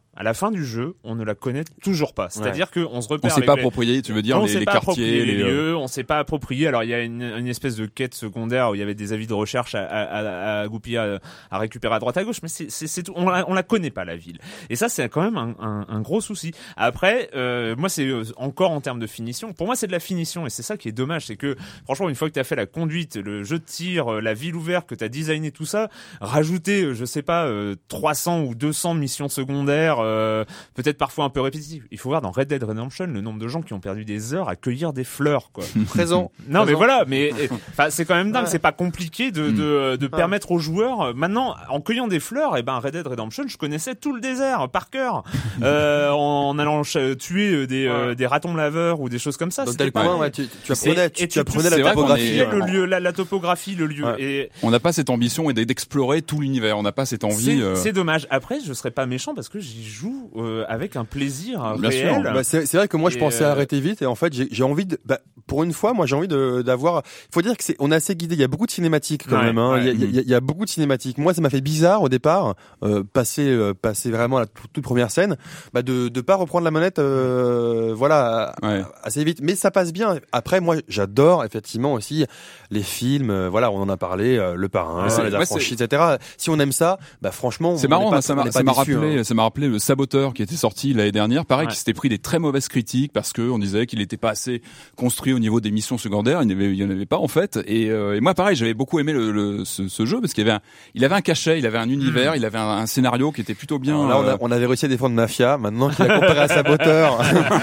À la fin du jeu, on ne la connaît toujours pas. C'est-à-dire ouais. qu'on se repère. On s'est pas les... approprié, tu veux dire, on les, les quartiers, les les lieux, on s'est pas approprié. Alors il y a une, une espèce de quête secondaire où il y avait des avis de recherche à, à, à, à goupiller, à, à récupérer à droite à gauche, mais c'est, c'est, c'est tout. On la, on la connaît pas la ville. Et ça, c'est quand même un, un, un gros souci. Après, euh, moi, c'est encore en termes de finition. Pour moi, c'est de la finition, et c'est ça qui est dommage, c'est que franchement, une fois que t'as fait la conduite, le jeu de tir, la ville ouverte, que t'as designé tout ça, rajouter, je sais pas, euh, trois cents ou deux cents missions secondaires, euh, peut-être parfois un peu répétitif. Il faut voir dans Red Dead Redemption le nombre de gens qui ont perdu des heures à cueillir des fleurs, quoi. Présent. Non, Présent. mais voilà, mais enfin c'est quand même dingue. Ouais. C'est pas compliqué de de, de ouais. permettre aux joueurs maintenant en cueillant des fleurs. Et ben Red Dead Redemption, je connaissais tout le désert par cœur, euh, en allant ch- tuer des ouais. euh, des ratons laveurs ou des choses comme ça. Dans tel coin, ouais, tu, tu apprenais, et, tu, et tu, tu apprenais la topographie, est, le lieu, la, la topographie, le lieu. Ouais. Et on n'a pas cette ambition et d'explorer tout l'univers. On n'a pas cette envie. C'est, euh... c'est dommage. Après, je serais pas méchant parce que j'y joue euh, avec un plaisir Bien réel. sûr. Bah, c'est, c'est vrai que moi, je et pensais euh... arrêter vite et en fait, j'ai, j'ai envie de, bah, pour une fois, moi, j'ai envie de, d'avoir, il faut dire que c'est, on est assez guidé. Il y a beaucoup de cinématiques quand ouais, même, hein. Ouais. Il, y a, il, y a, il y a beaucoup de cinématiques. Moi, ça m'a fait bizarre au départ, euh, passer, euh, passer vraiment à la toute, toute première scène, bah, de, de pas reprendre la manette, euh, voilà, ouais. assez vite. Mais ça passe bien. Après, moi, j'adore, effectivement, aussi, les films, euh, voilà, on en a parlé, euh, Le Parrain, ouais, les affranchis, et cetera. Si on aime ça, bah, franchement, c'est marrant, pas, ça m'a, ça m'a déçu, rappelé, hein. ça m'a rappelé le Saboteur qui était sorti l'année dernière. Pareil, ouais. qui s'était pris des très mauvaises critiques parce que on disait qu'il n'était pas assez construit au niveau des missions secondaires. Il n'y avait, il y en avait pas, en fait. Et, euh, et moi, pareil, j'avais beaucoup aimé le, le ce, ce jeu parce qu'il y avait un, il avait un cachet, il avait un univers, mmh. il avait un, un scénario qui était plutôt bien. Alors là, on, a, on avait réussi à défendre Mafia. Maintenant qu'il a comparé à Saboteur.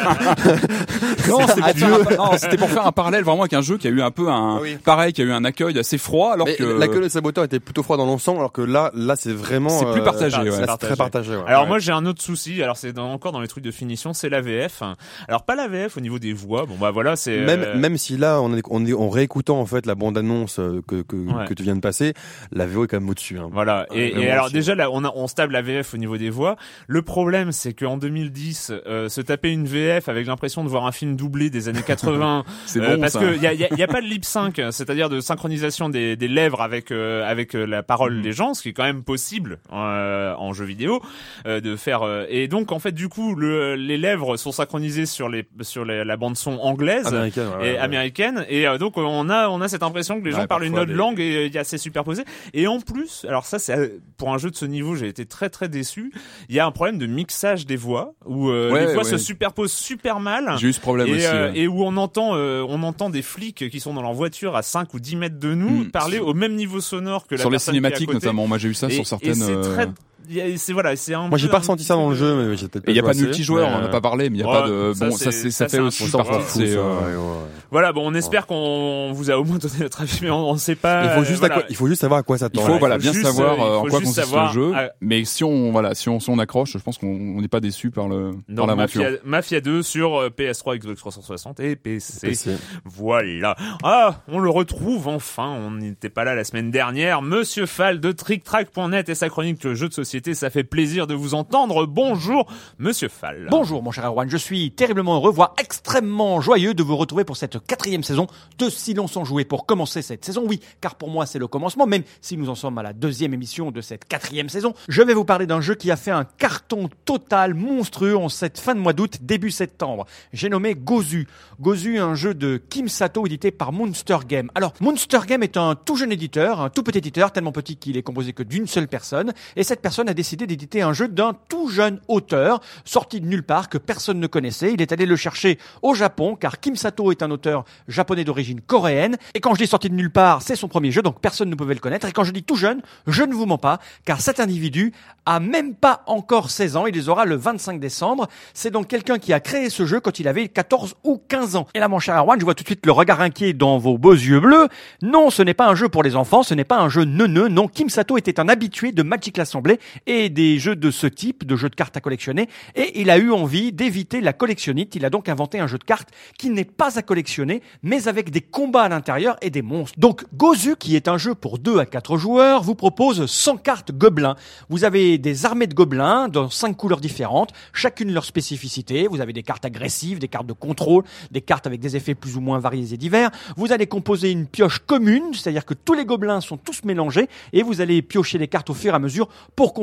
non, c'était pour, faire un, non, c'était pour faire un parallèle vraiment avec un jeu qui a eu un peu un, oui. pareil, qui a eu un accueil assez froid, alors mais que l'accueil de Saboteur était plutôt froid dans l'ensemble, alors que là, là, c'est vraiment, c'est plus partagé, euh, ouais. c'est, c'est partagé. très partagé. Ouais. Alors ouais. moi, j'ai un autre souci. Alors c'est dans, encore dans les trucs de finition, c'est la V F. Alors pas la V F au niveau des voix. Bon bah voilà, c'est même euh... même si là, on est on est en réécoutant en fait la bande annonce que que ouais. que tu viens de passer, la V O est quand même au-dessus. Hein. Voilà. Et, ouais, et alors déjà là, on a on stable la V F au niveau des voix. Le problème, c'est qu'en deux mille dix, euh, se taper une V F avec l'impression de voir un film doublé des années quatre-vingts, c'est euh, bon, parce ça. que y a, y, a, y a pas de lip sync, c'est-à-dire de synchronisation des, des lèvres avec euh, avec la parole mmh. des gens, ce qui est quand même possible euh, en jeu vidéo euh, de faire. Euh, et donc en fait, du coup, le, les lèvres sont synchronisées sur les sur les, la bande son anglaise américaine, ouais, et ouais. américaine, et euh, donc on a on a cette impression que les gens ouais, parlent une autre les... langue et il y a assez superposé. Et en plus, alors ça c'est pour un jeu de ce niveau, j'ai été très très déçu. Il y a un problème de mixage des voix où euh, ouais, les voix ouais. se superposent super mal. J'ai eu ce problème et, aussi. Euh, ouais. Et où on entend euh, on entend des flics qui sont dans leur voiture à cinq ou dix mètres de nous mmh. parler au même niveau sonore que la sur les personne cinématiques qui est à côté. notamment. Moi j'ai eu ça et, sur certaines. Et c'est euh... très c'est voilà, c'est un Moi j'ai pas ressenti ça dans le jeu, mais j'ai peut-être. Il y a pas de multijoueur, mais... on en a pas parlé, mais il y a ouais, pas de ça, bon ça c'est ça, ça fait aussi partie. C'est, euh... ouais, ouais. Voilà, bon, on espère ouais. qu'on vous a au moins donné notre avis, mais on, on sait pas. Il faut juste voilà. à quoi, il faut juste savoir à quoi ça tend. Il faut ouais, voilà il faut bien juste, savoir euh, en quoi consiste savoir, le jeu. à... Mais si on voilà, si on si on accroche, je pense qu'on n'est pas déçu par le Donc, par l'aventure. Mafia, Mafia deux sur P S trois, Xbox trois cent soixante et P C. P C. Voilà. Ah, on le retrouve enfin. On n'était pas là la semaine dernière. Monsieur Fall de trick track point net et sa chronique jeux de société. Ça fait plaisir de vous entendre. Bonjour, Monsieur Fall. Bonjour, mon cher Erwan. Je suis terriblement heureux, voire extrêmement joyeux de vous retrouver pour cette quatrième saison de Silence en Jouet. Pour commencer cette saison, oui, car pour moi c'est le commencement, même si nous en sommes à la deuxième émission de cette quatrième saison, je vais vous parler d'un jeu qui a fait un carton total monstrueux en cette fin de mois d'août, début septembre. J'ai nommé Gozu. Gozu, un jeu de Kim Sato édité par Monster Game. Alors, Monster Game est un tout jeune éditeur, un tout petit éditeur, tellement petit qu'il est composé que d'une seule personne, et cette personne a décidé d'éditer un jeu d'un tout jeune auteur, sorti de nulle part, que personne ne connaissait. Il est allé le chercher au Japon, car Kim Sato est un auteur japonais d'origine coréenne, et quand je dis sorti de nulle part, c'est son premier jeu, donc personne ne pouvait le connaître, et quand je dis tout jeune, je ne vous mens pas, car cet individu a même pas encore seize ans, il les aura le vingt-cinq décembre, c'est donc quelqu'un qui a créé ce jeu quand il avait quatorze ou quinze ans. Et là, mon cher Erwan, je vois tout de suite le regard inquiet dans vos beaux yeux bleus. Non, ce n'est pas un jeu pour les enfants, ce n'est pas un jeu neuneux, non, Kim Sato était un habitué de Magic l'Assemblée et des jeux de ce type, de jeux de cartes à collectionner, et il a eu envie d'éviter la collectionnite. Il a donc inventé un jeu de cartes qui n'est pas à collectionner, mais avec des combats à l'intérieur et des monstres. Donc Gozu, qui est un jeu pour deux à quatre joueurs, vous propose cent cartes gobelins. Vous avez des armées de gobelins dans cinq couleurs différentes, chacune leur spécificité. Vous avez des cartes agressives, des cartes de contrôle, des cartes avec des effets plus ou moins variés et divers. Vous allez composer une pioche commune, c'est-à-dire que tous les gobelins sont tous mélangés, et vous allez piocher les cartes au fur et à mesure pour composer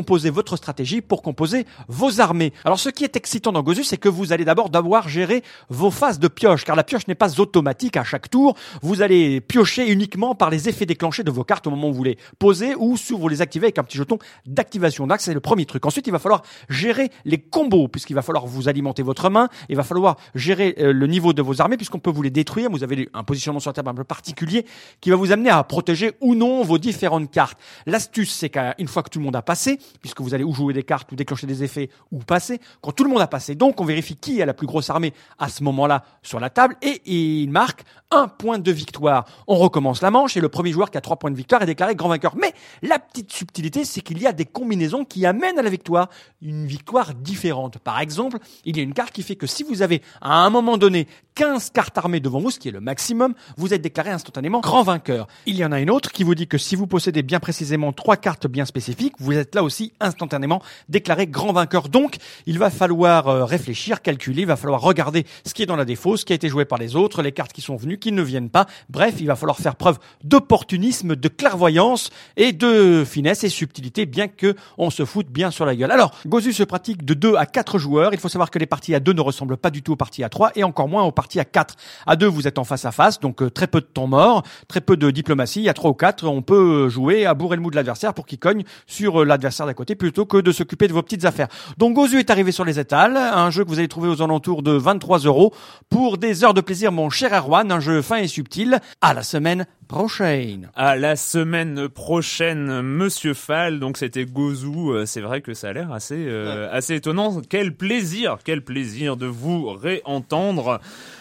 composer votre stratégie, pour composer vos armées. Alors ce qui est excitant dans Gozu, c'est que vous allez d'abord devoir gérer vos phases de pioche, car la pioche n'est pas automatique à chaque tour. Vous allez piocher uniquement par les effets déclenchés de vos cartes au moment où vous les posez ou si vous les activez avec un petit jeton d'activation. Donc c'est le premier truc. Ensuite, il va falloir gérer les combos, puisqu'il va falloir vous alimenter votre main. Il va falloir gérer euh, le niveau de vos armées, puisqu'on peut vous les détruire. Vous avez un positionnement sur la table un peu particulier qui va vous amener à protéger ou non vos différentes cartes. L'astuce, c'est qu'une fois que tout le monde a passé, puisque vous allez ou jouer des cartes ou déclencher des effets ou passer, quand tout le monde a passé, donc on vérifie qui a la plus grosse armée à ce moment-là sur la table et il marque un point de victoire. On recommence la manche et le premier joueur qui a trois points de victoire est déclaré grand vainqueur. Mais la petite subtilité, c'est qu'il y a des combinaisons qui amènent à la victoire une victoire différente. Par exemple, il y a une carte qui fait que si vous avez à un moment donné quinze cartes armées devant vous, ce qui est le maximum, vous êtes déclaré instantanément grand vainqueur. Il y en a une autre qui vous dit que si vous possédez bien précisément trois cartes bien spécifiques, vous êtes là aussi instantanément déclaré grand vainqueur. Donc, il va falloir euh, réfléchir, calculer, il va falloir regarder ce qui est dans la défausse, ce qui a été joué par les autres, les cartes qui sont venues, qui ne viennent pas. Bref, il va falloir faire preuve d'opportunisme, de clairvoyance et de finesse et subtilité, bien que on se foute bien sur la gueule. Alors, Gozu se pratique de deux à quatre joueurs. Il faut savoir que les parties à deux ne ressemblent pas du tout aux parties à trois et encore moins aux parties à quatre. À deux, vous êtes en face à face, donc euh, très peu de temps mort, très peu de diplomatie. À trois ou quatre, on peut jouer à bourrer le mou de l'adversaire pour qu'il cogne sur euh, l'adversaire d'à côté plutôt que de s'occuper de vos petites affaires. Donc Gozu est arrivé sur les étals, un jeu que vous allez trouver aux alentours de vingt-trois euros pour des heures de plaisir, mon cher Erwan, un jeu fin et subtil. À la semaine prochaine. À la semaine prochaine, Monsieur Fall. Donc c'était Gozu. C'est vrai que ça a l'air assez euh, assez étonnant. Quel plaisir, quel plaisir de vous réentendre.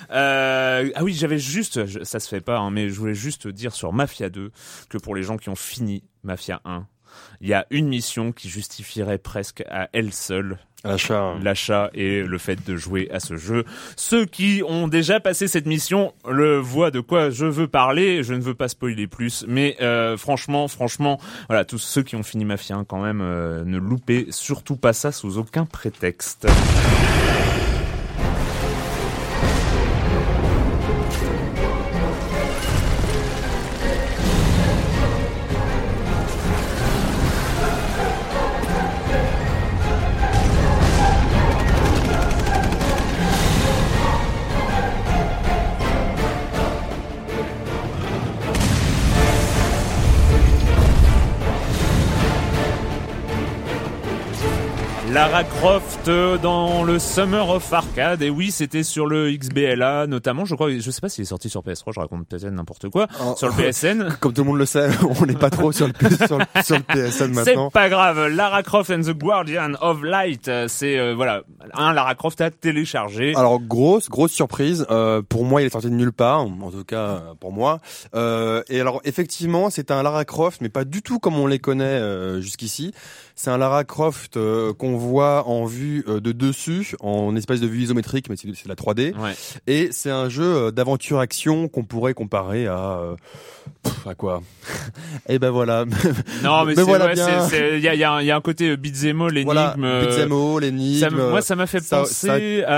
Euh, ah oui, j'avais juste, je, ça se fait pas, hein, mais je voulais juste dire sur Mafia deux que pour les gens qui ont fini Mafia un, il y a une mission qui justifierait presque à elle seule L'achat. L'achat et le fait de jouer à ce jeu. Ceux qui ont déjà passé cette mission le voient de quoi je veux parler. Je ne veux pas spoiler plus, mais euh, franchement, franchement, voilà, tous ceux qui ont fini Mafia un quand même, euh, ne loupez surtout pas ça sous aucun prétexte. Lara Croft dans le Summer of Arcade, et oui, c'était sur le X B L A notamment, je crois, je sais pas s'il est sorti sur P S trois, je raconte peut-être n'importe quoi, oh, sur le P S N. Comme tout le monde le sait, on n'est pas trop sur le, sur le, sur le P S N maintenant. C'est pas grave, Lara Croft and the Guardian of Light, c'est, euh, voilà, un Lara Croft à télécharger. Alors, grosse, grosse surprise, euh, pour moi, il est sorti de nulle part, en tout cas, pour moi, euh, et alors, effectivement, c'est un Lara Croft, mais pas du tout comme on les connaît, euh, jusqu'ici. C'est un Lara Croft euh, qu'on voit en vue euh, de dessus, en espèce de vue isométrique, mais c'est, c'est de la trois D. Ouais. Et c'est un jeu euh, d'aventure-action qu'on pourrait comparer à... Euh, pff, à quoi? Et ben voilà. Non, mais, mais c'est, voilà ouais, bien. c'est, c'est, il y a, il y a, il y a un côté beat'em all, l'énigme. Voilà, beat'em all, l'énigme. Ça, moi, ça m'a fait ça, penser ça...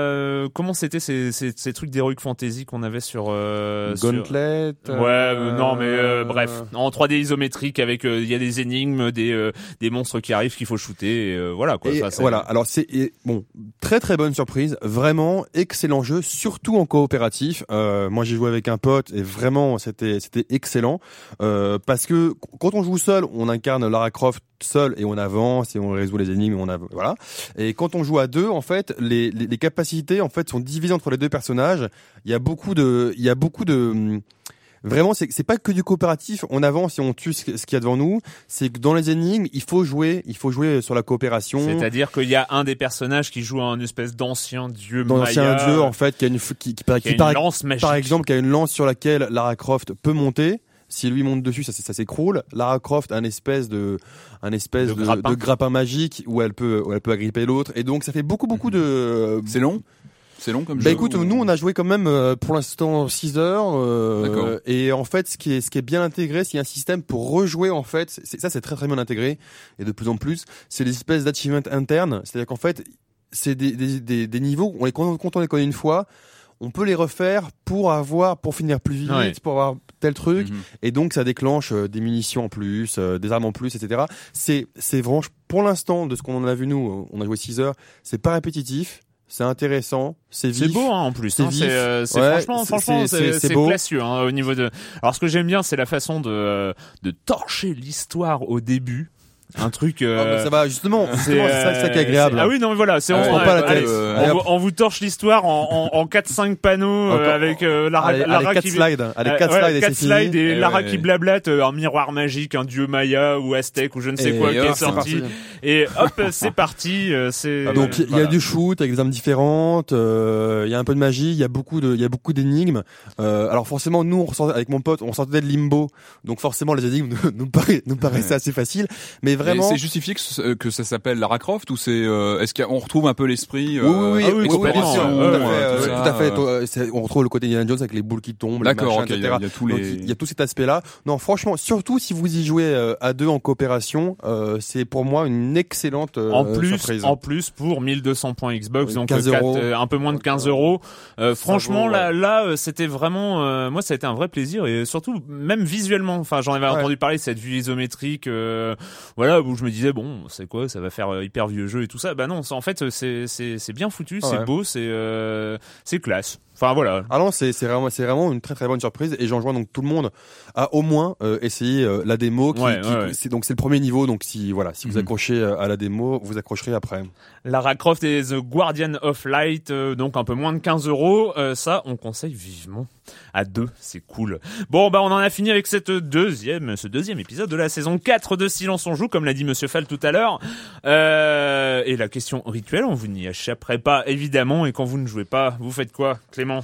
à comment c'était ces, ces, ces trucs d'Heroic Fantasy qu'on avait sur euh, Gauntlet. Sur... Ouais, euh, non, mais euh, bref, en trois D isométrique avec il euh, y a des énigmes, des euh, des monstres qui arrivent qu'il faut shooter, et, euh, voilà quoi. Et ça, c'est... Voilà. Alors c'est et, bon, très très bonne surprise, vraiment excellent jeu, surtout en coopératif. Euh, moi j'ai joué avec un pote et vraiment c'était c'était excellent euh, parce que quand on joue seul, on incarne Lara Croft seul et on avance et on résout les énigmes, et on a voilà. Et quand on joue à deux, en fait, les, les les capacités en fait sont divisées entre les deux personnages. Il y a beaucoup de il y a beaucoup de Vraiment, c'est, c'est pas que du coopératif. On avance et on tue ce qu'il y a devant nous. C'est que dans les énigmes, il faut jouer, il faut jouer sur la coopération. C'est-à-dire qu'il y a un des personnages qui joue un espèce d'ancien dieu Maya. D'ancien dieu, en fait, qui a une, qui, qui, qui, qui a qui une par, lance magique. Par exemple, qui a une lance sur laquelle Lara Croft peut monter. Si lui monte dessus, ça, ça s'écroule. Lara Croft a un espèce de, un espèce de, de, grappin. de grappin magique où elle peut, où elle peut agripper l'autre. Et donc, ça fait beaucoup, beaucoup de... C'est long? C'est long comme jeu. Bah écoute, ou... nous on a joué quand même euh, pour l'instant six heures euh, et en fait ce qui est ce qui est bien intégré, c'est un système pour rejouer en fait, c'est, ça c'est très très bien intégré et de plus en plus, c'est des espèces d'achievements internes, c'est-à-dire qu'en fait, c'est des des des, des niveaux on les quand on les connaît une fois, on peut les refaire pour avoir, pour finir plus vite, ouais. pour avoir tel truc, mm-hmm. et donc ça déclenche euh, des munitions en plus, euh, des armes en plus, et cetera. C'est, c'est vraiment, pour l'instant, de ce qu'on en a vu nous, on a joué six heures, c'est pas répétitif. C'est intéressant, c'est vif. C'est beau hein, en plus. C'est, hein, c'est, euh, c'est ouais, franchement, franchement, c'est, c'est, c'est, c'est beau. Classieux hein, au niveau de. Alors ce que j'aime bien, c'est la façon de de torcher l'histoire au début. Un truc. Euh... Ah bah ça va justement. C'est, justement, c'est ça, c'est ça qui est agréable. C'est... Ah oui non mais voilà, c'est on, on, on, pas la tête. Allez, euh, on, on vous torche l'histoire en en, en quatre cinq panneaux euh, avec euh, Lara, allez, Lara allez, qui slides, allez quatre euh, slides, quatre et, slides et, et Lara ouais, qui blablate euh, un miroir magique, un dieu maya ou aztèque ou je ne sais et quoi et qui hop, est sorti. Et hop c'est parti. Euh, c'est donc il voilà. y a du shoot avec des armes différentes. Il euh, y a un peu de magie. Il y a beaucoup de il y a beaucoup d'énigmes. Euh, alors forcément nous on ressortait, avec mon pote on sortait de Limbo. Donc forcément les énigmes nous, nous, paraît, nous paraissaient assez faciles. Mais vraiment. Et c'est justifié que, que ça s'appelle Lara Croft ou c'est euh, est-ce qu'on retrouve un peu l'esprit euh, oui, oui, ah oui, oui, oui, bien sûr, euh, tout à fait, euh, tout, ça, tout à fait. euh... C'est, on retrouve le côté Indiana Jones avec les boules qui tombent, d'accord, les machins, okay, et cetera. Il y a, il y a tous les... Donc, il y a tout cet aspect-là. Non, franchement, surtout si vous y jouez euh, à deux en coopération, euh, c'est pour moi une excellente euh, en plus, surprise. En plus, pour mille deux cents points Xbox, donc quinze euros. quatre, euh, un peu moins de quinze euros. Euh, franchement, vaut, là, ouais. là, c'était vraiment, euh, moi, ça a été un vrai plaisir et surtout, même visuellement. Enfin, j'en avais ouais. entendu parler cette vue isométrique, euh, voilà, où je me disais bon, c'est quoi, ça va faire euh, hyper vieux jeu et tout ça. Bah non, en fait, c'est c'est c'est bien foutu, ouais. c'est beau, c'est euh, c'est classe. Enfin voilà. Ah non, c'est c'est vraiment c'est vraiment une très très bonne surprise et j'enjoins donc tout le monde à au moins euh, essayer euh, la démo qui, ouais, qui ouais, ouais. c'est donc c'est le premier niveau donc si voilà, si vous mm-hmm. accrochez à la démo, vous accrocherez après. Lara Croft et The Guardian of Light, euh, donc un peu moins de quinze euros, euh, ça on conseille vivement. À deux, c'est cool. Bon bah on en a fini avec cette deuxième ce deuxième épisode de la saison quatre de Silence on joue comme l'a dit monsieur Fall tout à l'heure. Euh, et la question rituelle, on vous n'y échapperait pas évidemment et quand vous ne jouez pas, vous faites quoi Clément?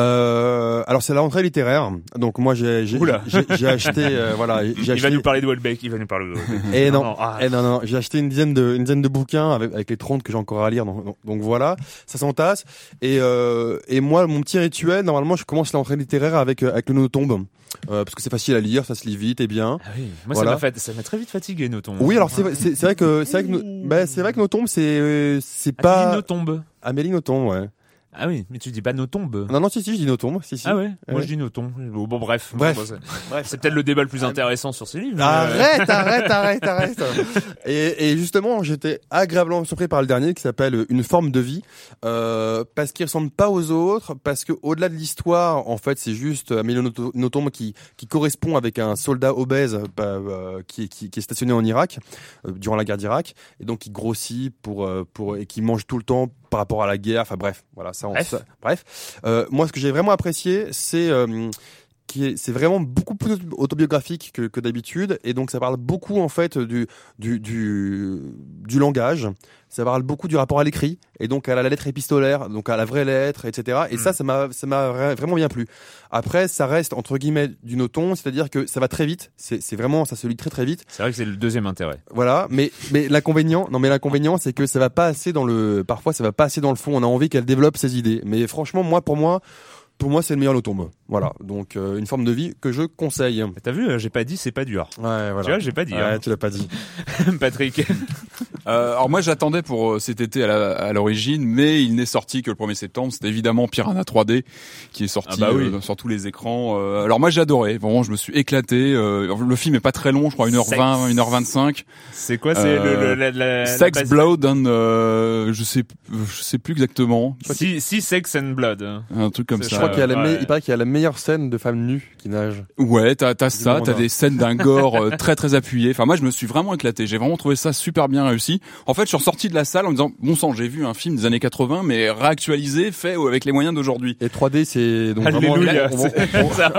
Euh, alors c'est la rentrée littéraire. Donc moi j'ai j'ai j'ai, j'ai acheté euh, voilà, j'ai il acheté... va nous parler de Welbeck, il va nous parler de Welbeck. Et non, non, non, ah. et non non, j'ai acheté une dizaine de une dizaine de bouquins avec avec les trente que j'ai encore à lire. Donc, donc, donc voilà, ça s'entasse et euh, et moi mon petit rituel, normalement je commence la rentrée littéraire avec avec le Notombe. Euh, parce que c'est facile à lire, ça se lit vite et bien. Ah oui, moi voilà. ça m'a fait, ça m'a très vite fatigué Notombe. Oui, alors c'est c'est, c'est vrai que c'est vrai que bah, c'est vrai que Notombe c'est c'est pas ah, tu dis Notombe. Amélie Nothomb, ouais. Ah oui, mais tu dis pas Notombe. Non, non, si, si, je dis Nothomb, si, si. Ah ouais, ouais. Moi je dis Nothomb. Bon, bon bref. Bref. Bon, c'est... bref. C'est peut-être le débat le plus intéressant sur ces livres. Arrête, arrête, arrête, arrête. Et, et justement, j'étais agréablement surpris par le dernier qui s'appelle Une forme de vie, euh, parce qu'il ressemble pas aux autres, parce que au-delà de l'histoire, en fait, c'est juste Amélie Nothomb qui, qui correspond avec un soldat obèse, euh, qui, qui, qui est stationné en Irak, euh, durant la guerre d'Irak, et donc qui grossit pour, euh, pour, et qui mange tout le temps par rapport à la guerre, enfin bref, voilà, ça, on, bref. ça bref. Euh, moi, ce que j'ai vraiment apprécié, c'est euh, qui est, c'est vraiment beaucoup plus autobiographique que, que d'habitude, et donc ça parle beaucoup en fait du du du, du langage, ça parle beaucoup du rapport à l'écrit, et donc à la lettre épistolaire, donc à la vraie lettre, et cetera. Et mmh. ça, ça m'a ça m'a vraiment bien plu. Après, ça reste entre guillemets du Nothomb, c'est-à-dire que ça va très vite, c'est c'est vraiment ça se lit très très vite. C'est vrai que c'est le deuxième intérêt. Voilà, mais mais l'inconvénient, non mais l'inconvénient, c'est que ça va pas assez dans le, parfois ça va pas assez dans le fond. On a envie qu'elle développe ses idées, mais franchement, moi pour moi. Pour moi, c'est le meilleur Nothomb. Voilà, donc euh, une forme de vie que je conseille. T'as vu, j'ai pas dit, c'est pas dur. Ouais, voilà. Tu vois, j'ai pas dit. Ouais, hein. tu l'as pas dit. Patrick. Euh, alors moi, j'attendais pour cet été à, la, à l'origine, mais il n'est sorti que le premier septembre. C'était évidemment Piranha trois D qui est sorti ah bah oui. euh, sur tous les écrans. Euh, alors moi, j'ai adoré. Vraiment, je me suis éclaté. Euh, le film est pas très long, je crois une heure vingt, une heure vingt-cinq. C'est quoi, c'est euh, le, le la, la, Sex, la Blood and euh, je sais, je sais plus exactement. Si, si Sex and Blood. Un truc comme c'est, ça. Je crois qu'il y a la ouais. me- il paraît qu'il y a la meilleure scène de femme nue qui nage. Ouais, t'as, t'as ça, t'as des scènes d'un gore euh, très très appuyé. Enfin, moi, je me suis vraiment éclaté. J'ai vraiment trouvé ça super bien réussi. En fait, je suis ressorti de la salle en me disant, bon sang, j'ai vu un film des années quatre-vingts, mais réactualisé, fait avec les moyens d'aujourd'hui. Et trois D, c'est donc Alléluia. vraiment. C'est, on, on, ça,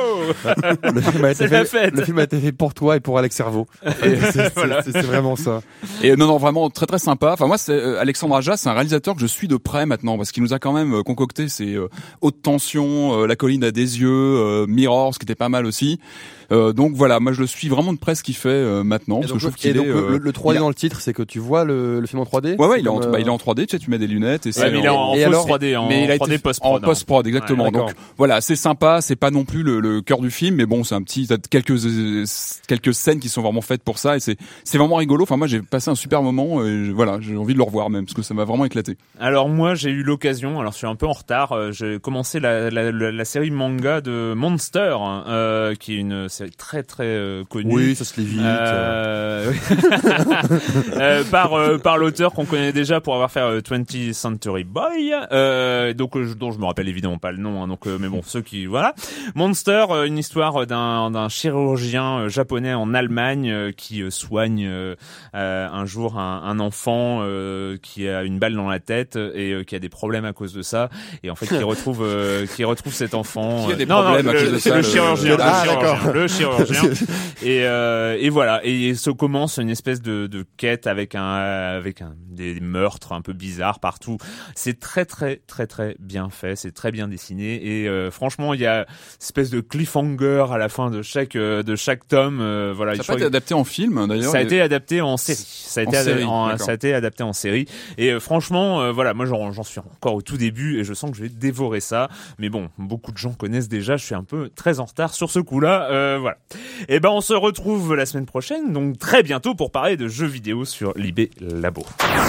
wow le film a été c'est fait. Le film a été fait pour toi et pour Alex Servo. Et c'est, voilà. c'est, c'est, c'est vraiment ça. Et non, non, vraiment très très sympa. Enfin, moi, c'est euh, Alexandre Aja, c'est un réalisateur que je suis de près maintenant parce qu'il nous a quand même euh, concocté ces euh, hautes tensions, euh, La colline a des yeux, euh, Mirror, ce qui était pas mal aussi. Euh, donc voilà, moi je le suis vraiment de près ce qu'il fait euh, maintenant. Et parce donc, que je trouve et qu'il donc est, le, euh, le trois D il a... dans le titre, c'est que tu vois le, le film en trois D. Ouais, ouais, il est en, euh... bah, il est en trois D. Tu sais, tu mets des lunettes et c'est. Ouais, mais il est en, en et fausse alors, trois D, en mais il a trois D été post-prod. en post-prod, exactement. Ouais, donc voilà, c'est sympa. C'est pas non plus le, le cœur du film, mais bon, c'est un petit. T'as quelques quelques scènes qui sont vraiment faites pour ça et c'est c'est vraiment rigolo. Enfin, moi, j'ai passé un super moment. Et je, voilà, j'ai envie de le revoir même parce que ça m'a vraiment éclaté. Alors moi, j'ai eu l'occasion. Alors je suis un peu en retard. Euh, j'ai commencé la, la, la, la série manga de Monster, euh, qui est une série très très euh, connue. Oui, ça se lit vite. Euh... euh, par euh, par l'auteur qu'on connaît déjà pour avoir fait euh, twentieth Century Boy, euh, donc euh, dont je me rappelle évidemment pas le nom. Hein, donc, euh, mais bon, ceux qui voilà. Monster, euh, une histoire d'un d'un chirurgien euh, japonais en Allemagne euh, qui euh, soigne euh, euh, un jour un, un enfant euh, qui a une balle dans la tête et euh, qui a des problèmes à cause de ça. Et en fait, qui retrouve euh, qui retrouve cet enfant. Qui a des non, problèmes non, à cause le, de c'est ça, le le- chirurgien, le Ah, chirurgien, d'accord. le chirurgien. Et, euh, et voilà, et se commence une espèce de, de quête avec un, avec un, des meurtres un peu bizarres partout. C'est très très très très bien fait, c'est très bien dessiné et euh, franchement il y a une espèce de cliffhanger à la fin de chaque euh, de chaque tome. Euh, voilà, Ça je a pas crois été adapté en film d'ailleurs. ça a il y été adapté en série. Ça a En été, ada- série, en- d'accord. ça a été adapté en série. Et euh, franchement, euh, voilà, moi j'en, j'en suis encore au tout début et je sens que je vais dévorer ça. Mais bon, beaucoup de gens connaissent déjà. Je suis un peu très en retard sur ce coup-là. Euh, voilà. Et ben, on se retrouve la semaine prochaine, donc très bientôt pour parler de jeux vidéo sur Libé Labo.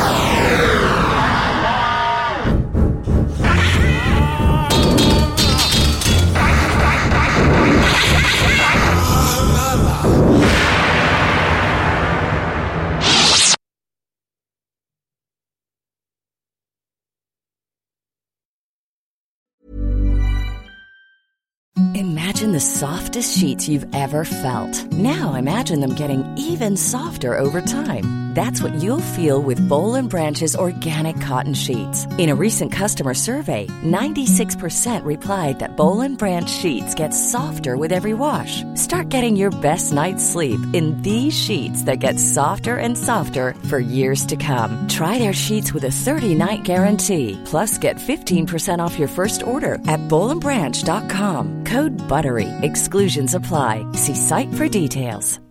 Imagine the softest sheets you've ever felt. Now imagine them getting even softer over time. That's what you'll feel with Bowl and Branch's organic cotton sheets. In a recent customer survey, ninety-six percent replied that Bowl and Branch sheets get softer with every wash. Start getting your best night's sleep in these sheets that get softer and softer for years to come. Try their sheets with a thirty-night guarantee. Plus, get fifteen percent off your first order at bowl and branch dot com. Code BUTTERY. Exclusions apply. See site for details.